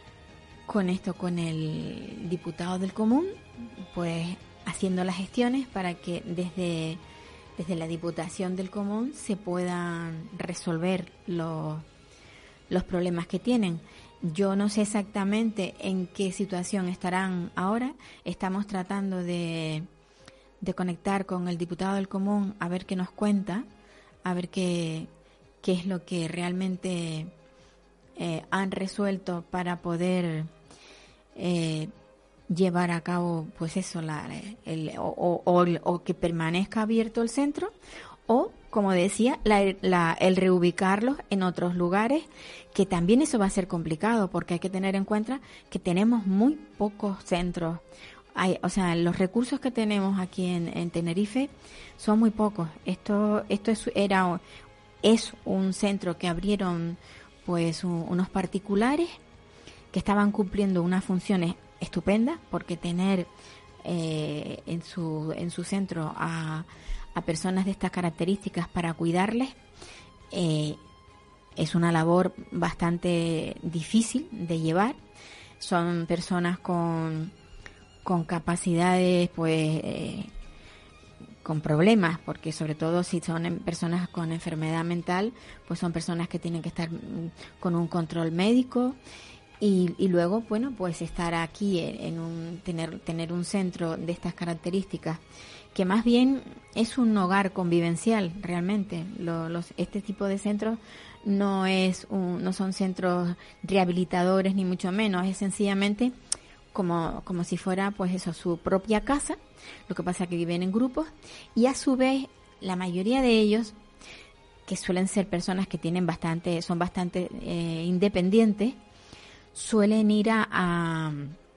con esto, con el diputado del Común, pues haciendo las gestiones para que desde, desde la Diputación del Común se puedan resolver los, los problemas que tienen. Yo no sé exactamente en qué situación estarán ahora. Estamos tratando de, de conectar con el diputado del Común a ver qué nos cuenta, a ver qué, qué es lo que realmente eh, han resuelto para poder eh, llevar a cabo, pues eso, la, el, o, o, o que permanezca abierto el centro, o, como decía, la, la, el reubicarlos en otros lugares, que también eso va a ser complicado, porque hay que tener en cuenta que tenemos muy pocos centros. Hay, o sea, los recursos que tenemos aquí en, en Tenerife son muy pocos. Esto esto es, era es un centro que abrieron pues un, unos particulares que estaban cumpliendo unas funciones estupendas, porque tener eh, en su en su centro a a personas de estas características para cuidarles eh, es una labor bastante difícil de llevar. Son personas con con capacidades, pues eh, con problemas, porque sobre todo si son personas con enfermedad mental, pues son personas que tienen que estar con un control médico. Y, y luego, bueno, pues estar aquí en, en un tener tener un centro de estas características, que más bien es un hogar convivencial realmente. Lo, los, este tipo de centros no es un, no son centros rehabilitadores ni mucho menos, es sencillamente como como si fuera pues eso, su propia casa. Lo que pasa es que viven en grupos, y a su vez la mayoría de ellos, que suelen ser personas que tienen bastante son bastante eh, independientes, suelen ir a, a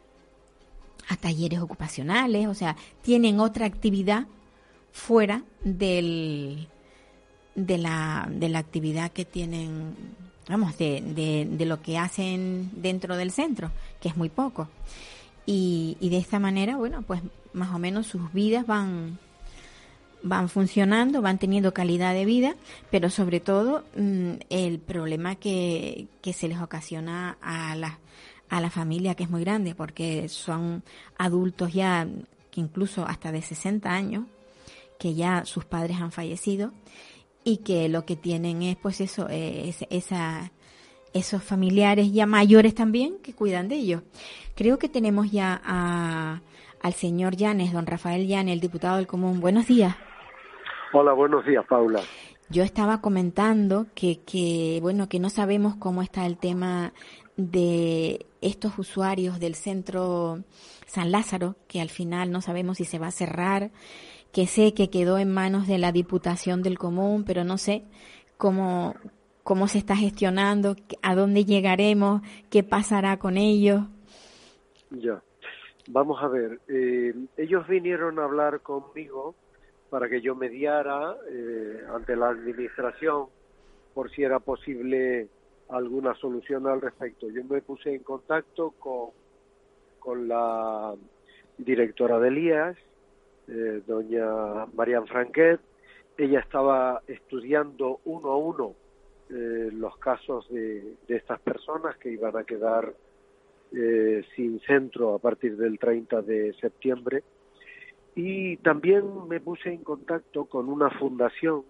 a talleres ocupacionales, o sea, tienen otra actividad fuera del de la de la actividad que tienen, vamos, de, de, de lo que hacen dentro del centro, que es muy poco. Y, y de esta manera, bueno, pues más o menos sus vidas van van funcionando, van teniendo calidad de vida, pero sobre todo mmm, el problema que, que se les ocasiona a las a la familia, que es muy grande, porque son adultos ya, que incluso hasta de sesenta años, que ya sus padres han fallecido, y que lo que tienen es pues eso, es, esa, esos familiares ya mayores también que cuidan de ellos. Creo que tenemos ya a, al señor Llanes, don Rafael Llanes, el diputado del Común. Buenos días. Hola, buenos días, Paula. Yo estaba comentando que, que bueno, que no sabemos cómo está el tema de estos usuarios del centro San Lázaro, que al final no sabemos si se va a cerrar, que sé que quedó en manos de la Diputación del Común, pero no sé cómo, cómo se está gestionando, a dónde llegaremos, qué pasará con ellos. Ya, vamos a ver, eh, ellos vinieron a hablar conmigo para que yo mediara eh, ante la administración por si era posible alguna solución al respecto. Yo me puse en contacto con, con la directora de Elías, eh, doña Marian Franquet. Ella estaba estudiando uno a uno eh, los casos de, de estas personas que iban a quedar eh, sin centro a partir del treinta de septiembre. Y también me puse en contacto con una fundación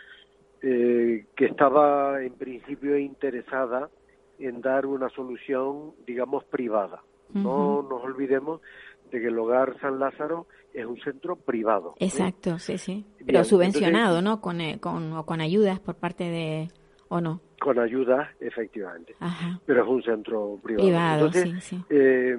eh, que estaba en principio interesada en dar una solución, digamos, privada. Uh-huh. No nos olvidemos de que el Hogar San Lázaro es un centro privado. Exacto, ¿eh? sí, sí. Pero bien, subvencionado, entonces, ¿no? Con, eh, con, o con ayudas por parte de... ¿O no? Con ayudas, efectivamente. Ajá. Pero es un centro privado. Privado, entonces, sí, sí. Eh,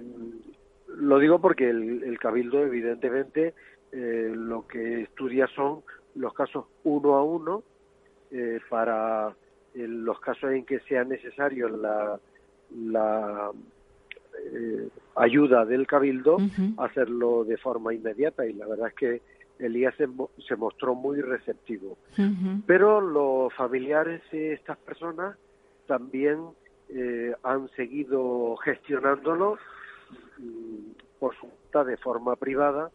lo digo porque el, el Cabildo, evidentemente, eh, lo que estudia son los casos uno a uno, eh, para eh, los casos en que sea necesario la... la Eh, ayuda del Cabildo, uh-huh. hacerlo de forma inmediata, y la verdad es que Elías se, mo- se mostró muy receptivo. Uh-huh. Pero los familiares de estas personas también eh, han seguido gestionándolo mm, por su cuenta de forma privada,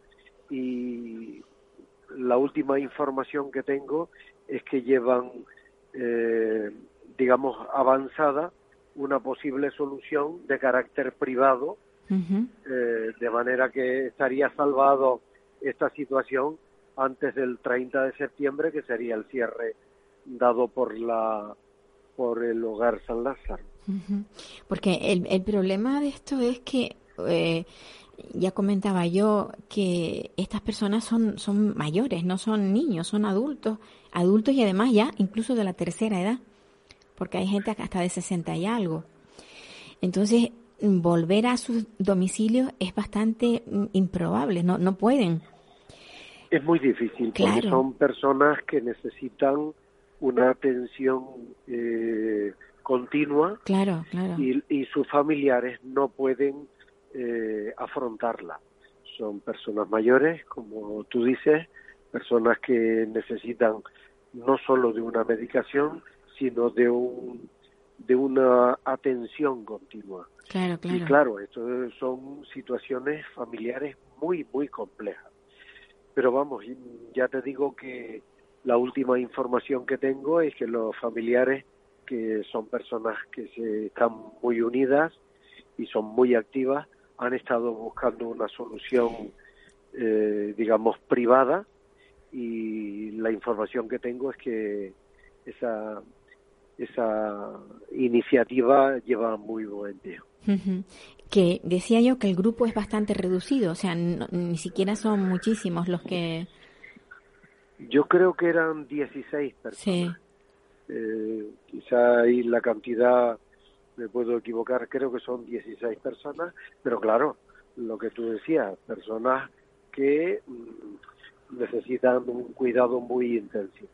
y la última información que tengo es que llevan, eh, digamos, avanzada una posible solución de carácter privado, uh-huh. eh, de manera que estaría salvado esta situación antes del treinta de septiembre, que sería el cierre dado por la por el Hogar San Lázaro. Uh-huh. Porque el, el problema de esto es que eh, ya comentaba yo que estas personas son son mayores, no son niños, son adultos, adultos y además ya incluso de la tercera edad, porque hay gente hasta de sesenta y algo. Entonces, volver a sus domicilios es bastante improbable, no no pueden. Es muy difícil, claro. Porque son personas que necesitan una atención eh, continua, claro, claro. Y, y sus familiares no pueden eh, afrontarla. Son personas mayores, como tú dices, personas que necesitan no solo de una medicación, sino de un de una atención continua. Claro, claro. Y claro, esto son situaciones familiares muy, muy complejas. Pero vamos, ya te digo que la última información que tengo es que los familiares, que son personas que se están muy unidas y son muy activas, han estado buscando una solución, eh, digamos, privada, y la información que tengo es que esa esa iniciativa lleva muy buen tiempo. Uh-huh. Que decía yo que el grupo es bastante reducido, o sea, no, ni siquiera son muchísimos los que... Yo creo que eran dieciséis personas. Sí. Eh, quizá ahí la cantidad, me puedo equivocar, creo que son dieciséis personas, pero claro, lo que tú decías, personas que mm, necesitan un cuidado muy intensivo.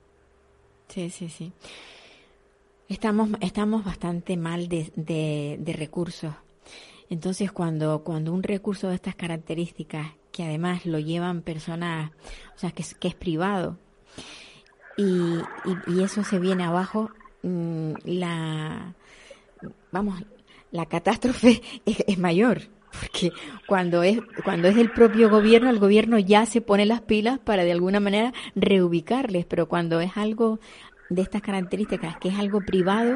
Sí, sí, sí. Estamos estamos bastante mal de, de, de recursos. Entonces, cuando cuando un recurso de estas características, que además lo llevan personas, o sea, que es, que es privado, y, y, y eso se viene abajo, mmm, la vamos, la catástrofe es, es mayor, porque cuando es cuando es del propio gobierno, el gobierno ya se pone las pilas para de alguna manera reubicarles, pero cuando es algo de estas características, que es algo privado,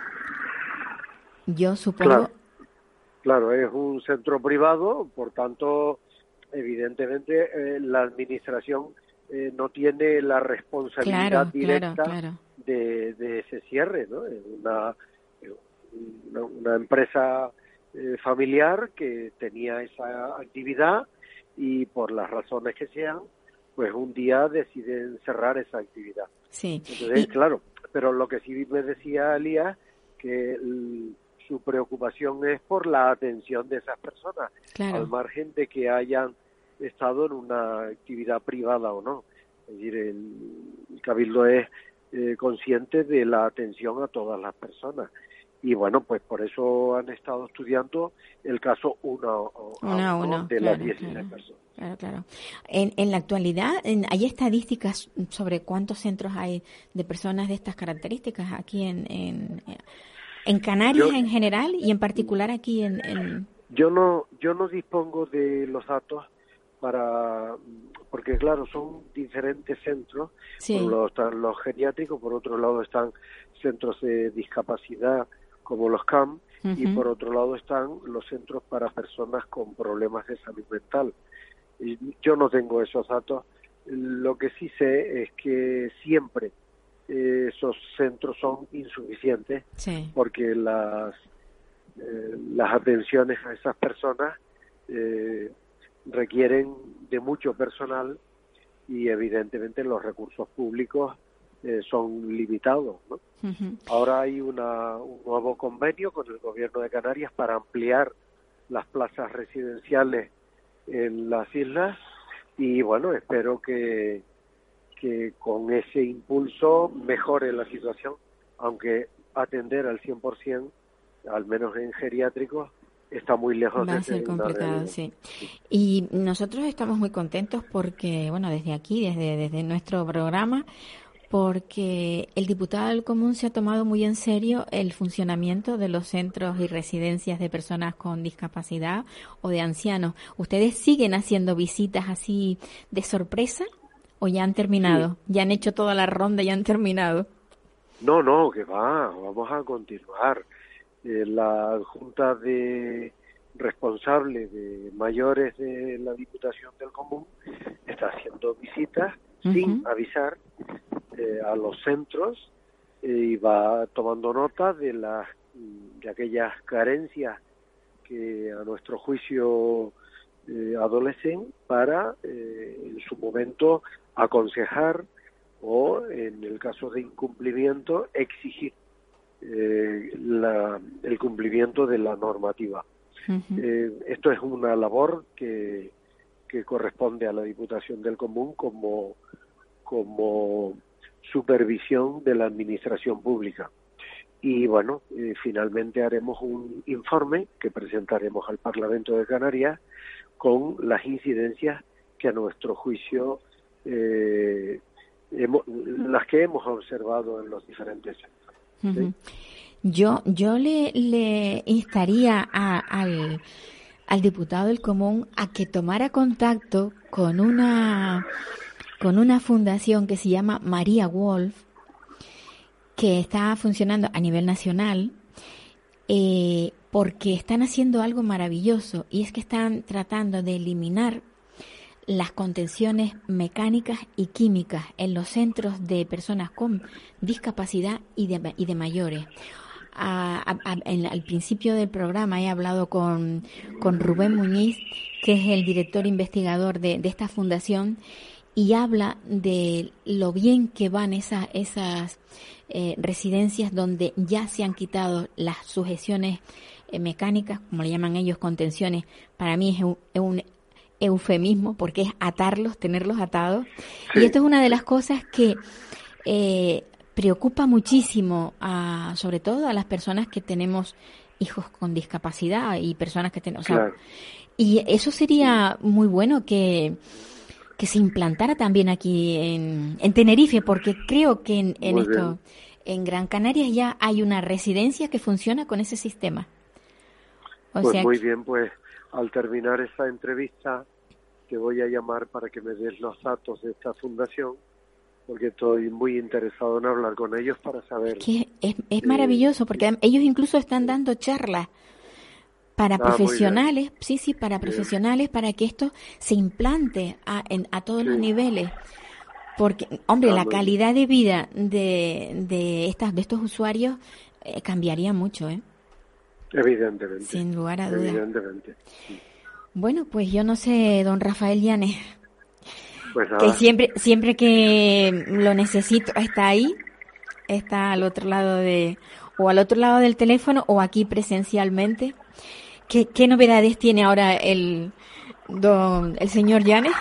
yo supongo... Claro, claro, es un centro privado, por tanto, evidentemente, eh, la administración eh, no tiene la responsabilidad claro, directa claro, claro. De, de ese cierre, ¿no? Es una, una, una empresa eh, familiar que tenía esa actividad, y por las razones que sean, pues un día deciden cerrar esa actividad. Sí. Entonces, y... claro, pero lo que sí me decía Elías, que el, su preocupación es por la atención de esas personas, claro. al margen de que hayan estado en una actividad privada o no. Es decir, el, el Cabildo es eh, consciente de la atención a todas las personas, y bueno, pues por eso han estado estudiando el caso uno a uno, a uno uno de claro, las dieciséis claro, personas. Claro, claro. En, en la actualidad, en, ¿hay estadísticas sobre cuántos centros hay de personas de estas características aquí en, en, en Canarias Yo, en general y en particular aquí en, en... Yo no, yo no dispongo de los datos para, porque claro, son diferentes centros. Sí. Por un lado están los geriátricos, por otro lado están centros de discapacidad como los C A M, uh-huh. y por otro lado están los centros para personas con problemas de salud mental. Y yo no tengo esos datos. Lo que sí sé es que siempre eh, esos centros son insuficientes, sí. porque las eh, las atenciones a esas personas eh, requieren de mucho personal y evidentemente los recursos públicos eh, son limitados, ¿no? Uh-huh. Ahora hay una, un nuevo convenio con el Gobierno de Canarias para ampliar las plazas residenciales en las islas y bueno, espero que, que con ese impulso mejore la situación, aunque atender al cien por ciento, al menos en geriátricos, está muy lejos de ser complicado, sí. Y nosotros estamos muy contentos porque, bueno, desde aquí, desde, desde nuestro programa, porque el diputado del Común se ha tomado muy en serio el funcionamiento de los centros y residencias de personas con discapacidad o de ancianos. ¿Ustedes siguen haciendo visitas así de sorpresa o ya han terminado? Sí. ¿Ya han hecho toda la ronda y ya han terminado? No, no, que va, vamos a continuar. Eh, la Junta de Responsables de Mayores de la Diputación del Común está haciendo visitas uh-huh. sin avisar eh, a los centros eh, y va tomando nota de las de aquellas carencias que a nuestro juicio eh, adolecen para eh, en su momento aconsejar o en el caso de incumplimiento exigir Eh, la, el cumplimiento de la normativa. Uh-huh. Eh, esto es una labor que, que corresponde a la Diputación del Común como, como supervisión de la administración pública. Y bueno, eh, finalmente haremos un informe que presentaremos al Parlamento de Canarias con las incidencias que a nuestro juicio eh, hemos, las que hemos observado en los diferentes centros. Uh-huh. Yo yo le, le instaría a, al, al diputado del Común a que tomara contacto con una con una fundación que se llama María Wolf, que está funcionando a nivel nacional, eh, porque están haciendo algo maravilloso y es que están tratando de eliminar las contenciones mecánicas y químicas en los centros de personas con discapacidad y de, y de mayores. A, a, a, en, al principio del programa he hablado con, con Rubén Muñiz, que es el director investigador de, de esta fundación, y habla de lo bien que van esas, esas eh, residencias donde ya se han quitado las sujeciones eh, mecánicas, como le llaman ellos, contenciones. Para mí es un, es un eufemismo porque es atarlos, tenerlos atados. Sí. Y esto es una de las cosas que eh, preocupa muchísimo, a, sobre todo a las personas que tenemos hijos con discapacidad y personas que tenemos... Claro. O sea, y eso sería muy bueno que, que se implantara también aquí en, en Tenerife, porque creo que en, en esto, en Gran Canaria ya hay una residencia que funciona con ese sistema. O pues sea muy que, bien, pues al terminar esta entrevista te voy a llamar para que me des los datos de esta fundación, porque estoy muy interesado en hablar con ellos para saber... Que es, es maravilloso, porque eh, ellos incluso están dando charlas para ah, profesionales, sí, sí, para bien. profesionales, para que esto se implante a, en, a todos sí. los niveles. Porque, hombre, ah, la calidad bien. de vida de, de, estas, de estos usuarios eh, cambiaría mucho, ¿eh? Evidentemente. Sin lugar a dudas. Evidentemente. Sí. Bueno, pues yo no sé, don Rafael Llanes, pues que siempre siempre que lo necesito está ahí, está al otro lado de, o al otro lado del teléfono o aquí presencialmente. ¿Qué, qué novedades tiene ahora el don el señor Llanes?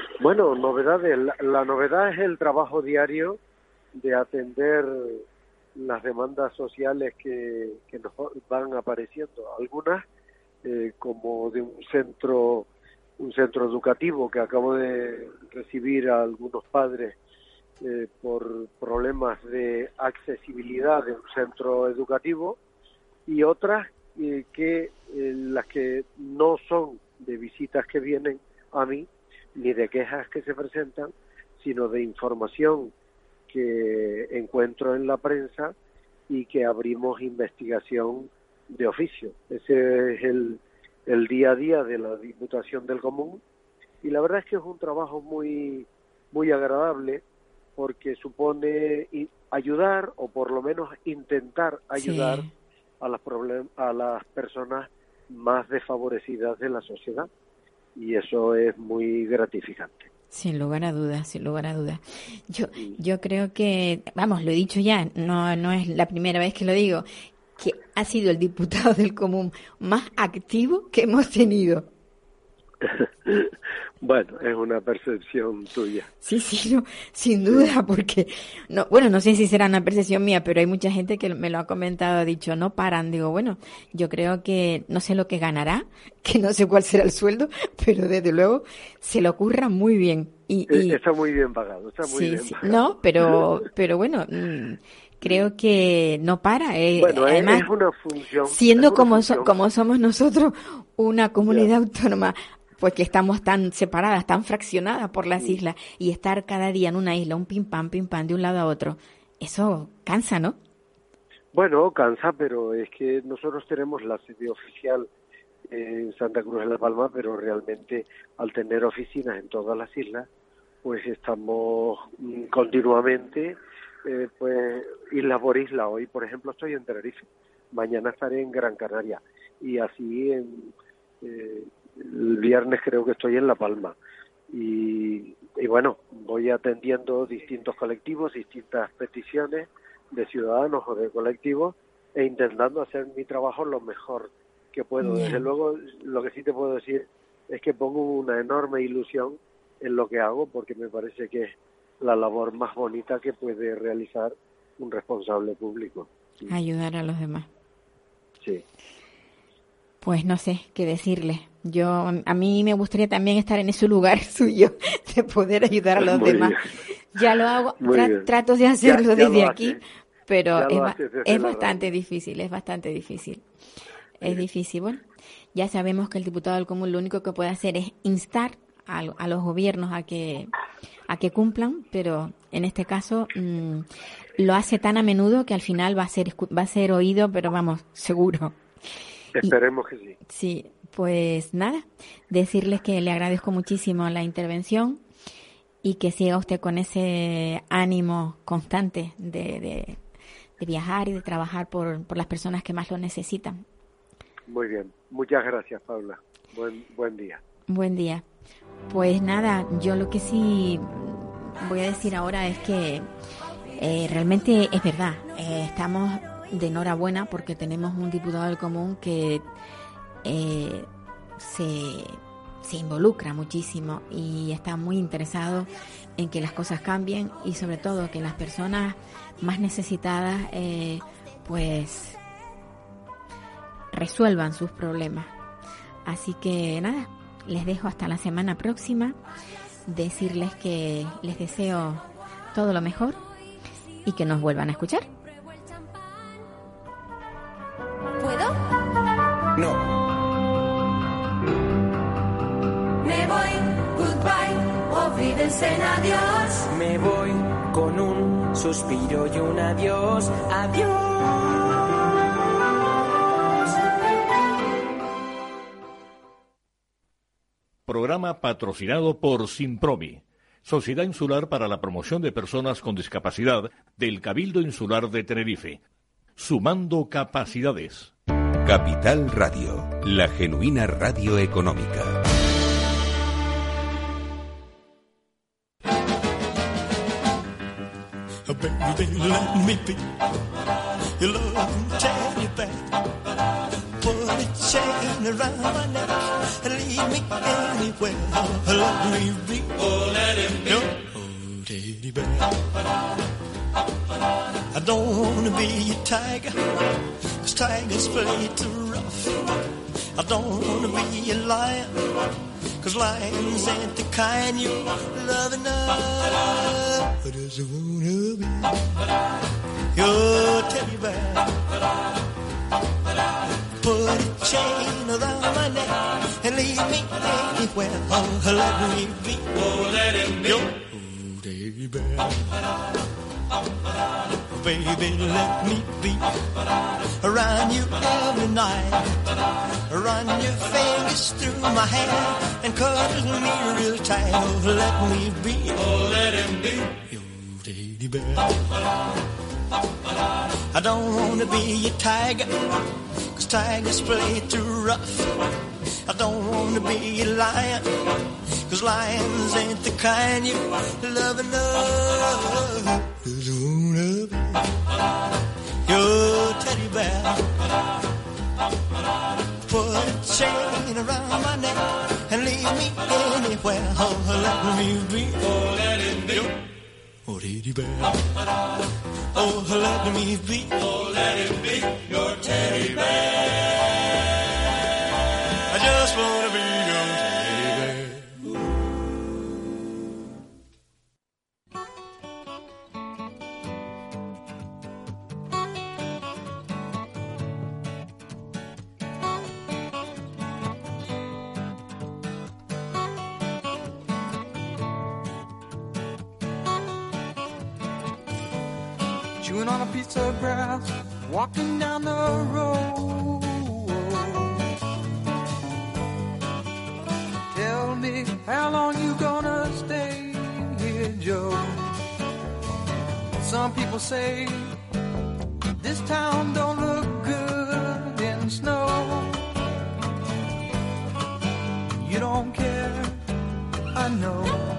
Bueno, novedades. La, la novedad es el trabajo diario de atender las demandas sociales que, que nos van apareciendo. Algunas, eh, como de un centro, un centro educativo que acabo de recibir a algunos padres eh, por problemas de accesibilidad de un centro educativo, y otras eh, que eh, las que no son de visitas que vienen a mí, ni de quejas que se presentan, sino de información que encuentro en la prensa y que abrimos investigación de oficio. Ese es el, el día a día de la Diputación del Común, y la verdad es que es un trabajo muy, muy agradable, porque supone ayudar, o por lo menos intentar ayudar sí. a las problem- a las personas más desfavorecidas de la sociedad, y eso es muy gratificante. Sin lugar a dudas, sin lugar a dudas. Yo, yo creo que, vamos, lo he dicho ya, no, no es la primera vez que lo digo, que ha sido el diputado del Común más activo que hemos tenido. Bueno, es una percepción tuya. Sí, sí, no, sin duda, porque, no, bueno, no sé si será una percepción mía, pero hay mucha gente que me lo ha comentado, ha dicho, no paran. Digo, bueno, yo creo que no sé lo que ganará, que no sé cuál será el sueldo, pero desde luego se le ocurra muy bien. Y, y está muy bien pagado, está muy sí, bien sí, pagado. No, pero, pero bueno, mmm, creo que no para. Eh, bueno, además, es una función. Siendo una como, función. So, como somos nosotros, una comunidad ya. autónoma, pues que estamos tan separadas, tan fraccionadas por las sí. islas, y estar cada día en una isla, un pim pam, pim pam, de un lado a otro, eso cansa, ¿no? Bueno, cansa, pero es que nosotros tenemos la sede oficial en Santa Cruz de la Palma, pero realmente al tener oficinas en todas las islas, pues estamos continuamente, eh, pues isla por isla. Hoy, por ejemplo, estoy en Tenerife, mañana estaré en Gran Canaria, y así en... Eh, el viernes creo que estoy en La Palma, y, y bueno, voy atendiendo distintos colectivos, distintas peticiones de ciudadanos o de colectivos, e intentando hacer mi trabajo lo mejor que puedo. Desde luego, lo que sí te puedo decir es que pongo una enorme ilusión en lo que hago, porque me parece que es la labor más bonita que puede realizar un responsable público. Ayudar a los demás. Sí. Pues no sé qué decirle. Yo, a mí me gustaría también estar en ese lugar suyo, de poder ayudar a los Muy demás. Bien. Ya lo hago, tra- trato de hacerlo ya, ya desde aquí, pero es, ba- es bastante radio. difícil, es bastante difícil. Es sí. difícil. Bueno, ya sabemos que el diputado del Común lo único que puede hacer es instar a, a los gobiernos a que a que cumplan, pero en este caso mmm, lo hace tan a menudo que al final va a ser va a ser oído, pero vamos, seguro. Esperemos y, que sí. Sí, pues nada, decirles que le agradezco muchísimo la intervención y que siga usted con ese ánimo constante de, de, de viajar y de trabajar por, por las personas que más lo necesitan. Muy bien, muchas gracias, Paula. Buen, buen día. Buen día. Pues nada, yo lo que sí voy a decir ahora es que eh, realmente es verdad, eh, estamos de enhorabuena porque tenemos un diputado del Común que eh, se, se involucra muchísimo y está muy interesado en que las cosas cambien y sobre todo que las personas más necesitadas eh, pues resuelvan sus problemas. Así que nada, les dejo hasta la semana próxima, decirles que les deseo todo lo mejor y que nos vuelvan a escuchar. ¿Puedo? No. Me voy, goodbye, olvídense en adiós. Me voy con un suspiro y un adiós, adiós. Programa patrocinado por Simpromi, Sociedad Insular para la Promoción de Personas con Discapacidad del Cabildo Insular de Tenerife. Sumando capacidades. Capital Radio, la genuina radio económica. Baby, let me be your love teddy bear. Put a chain around my neck and leave me anywhere. Let me be, oh, let him be your teddy bear. I don't wanna be a tiger, 'cause tigers play too rough. I don't wanna be a lion, 'cause lions ain't the kind you love enough. I just wanna be your teddy bear. Put a chain around my neck and leave me anywhere. Oh, let me be. Oh, let him be. Your teddy bear. Baby, let me be around you every night. Run your fingers through my hair and cuddle me real tight. Oh, let me be. Oh, let him be your teddy bear. I don't wanna be a tiger, 'cause tigers play too rough. I don't wanna be a lion, 'cause lions ain't the kind you love enough. Just wanna be your teddy bear. Put a chain around my neck and leave me anywhere. Oh, let me be. Oh, let it be. Oh, teddy bear. Oh, let me be. Oh, let it be your teddy bear. I just wanna be your teddy bear. Chewing on a piece of grass, walking down the road. Tell me, how long you gonna stay here, Joe? Some people say this town don't look good in snow. You don't care, I know.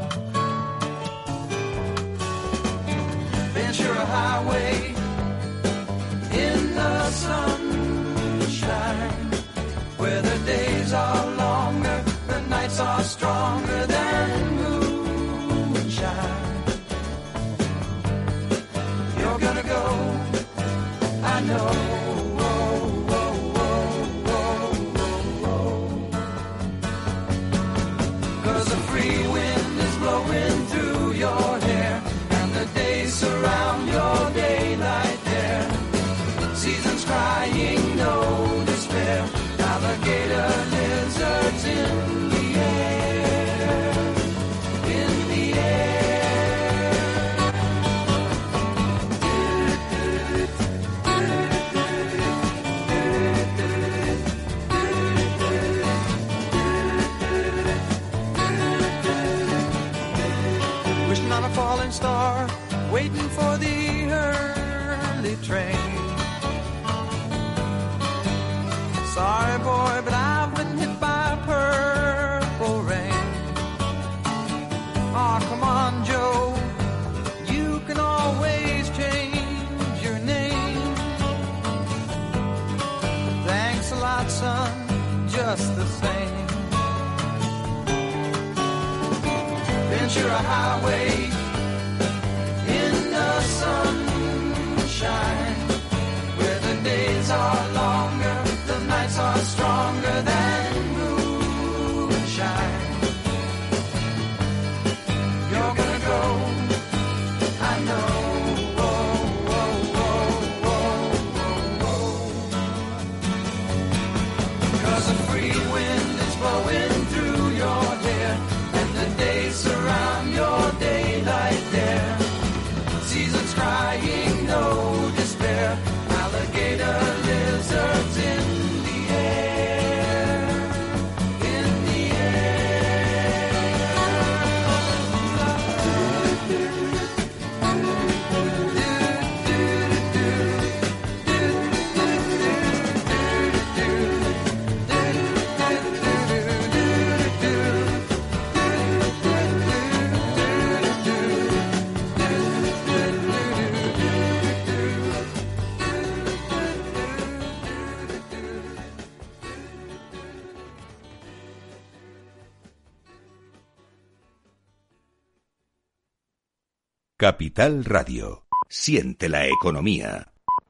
Ventura Highway in the sunshine, where the days are longer, the nights are stronger than moonshine. You're gonna go, I know. Oh, oh, oh, oh, oh, oh. 'Cause the free wind is blowing through your hair, surround your daylight there. Seasons crying, no despair. Alligator lizards in the air, in the air. Wishing on a falling star, waiting for the early train. Sorry, boy, but I've been hit by purple rain. Oh, come on, Joe, you can always change your name. Thanks a lot, son, just the same. Ventura Highway in the sunshine, where the days are longer, the nights are stronger than moonshine. You're gonna go, I know. Oh, oh, oh, oh, oh, oh. 'Cause the free wind is blowing through your hair, and the days surround your daylight there. Seasons crying, no despair. Alligator lizards in the air, in the Capital Radio. Siente la economía.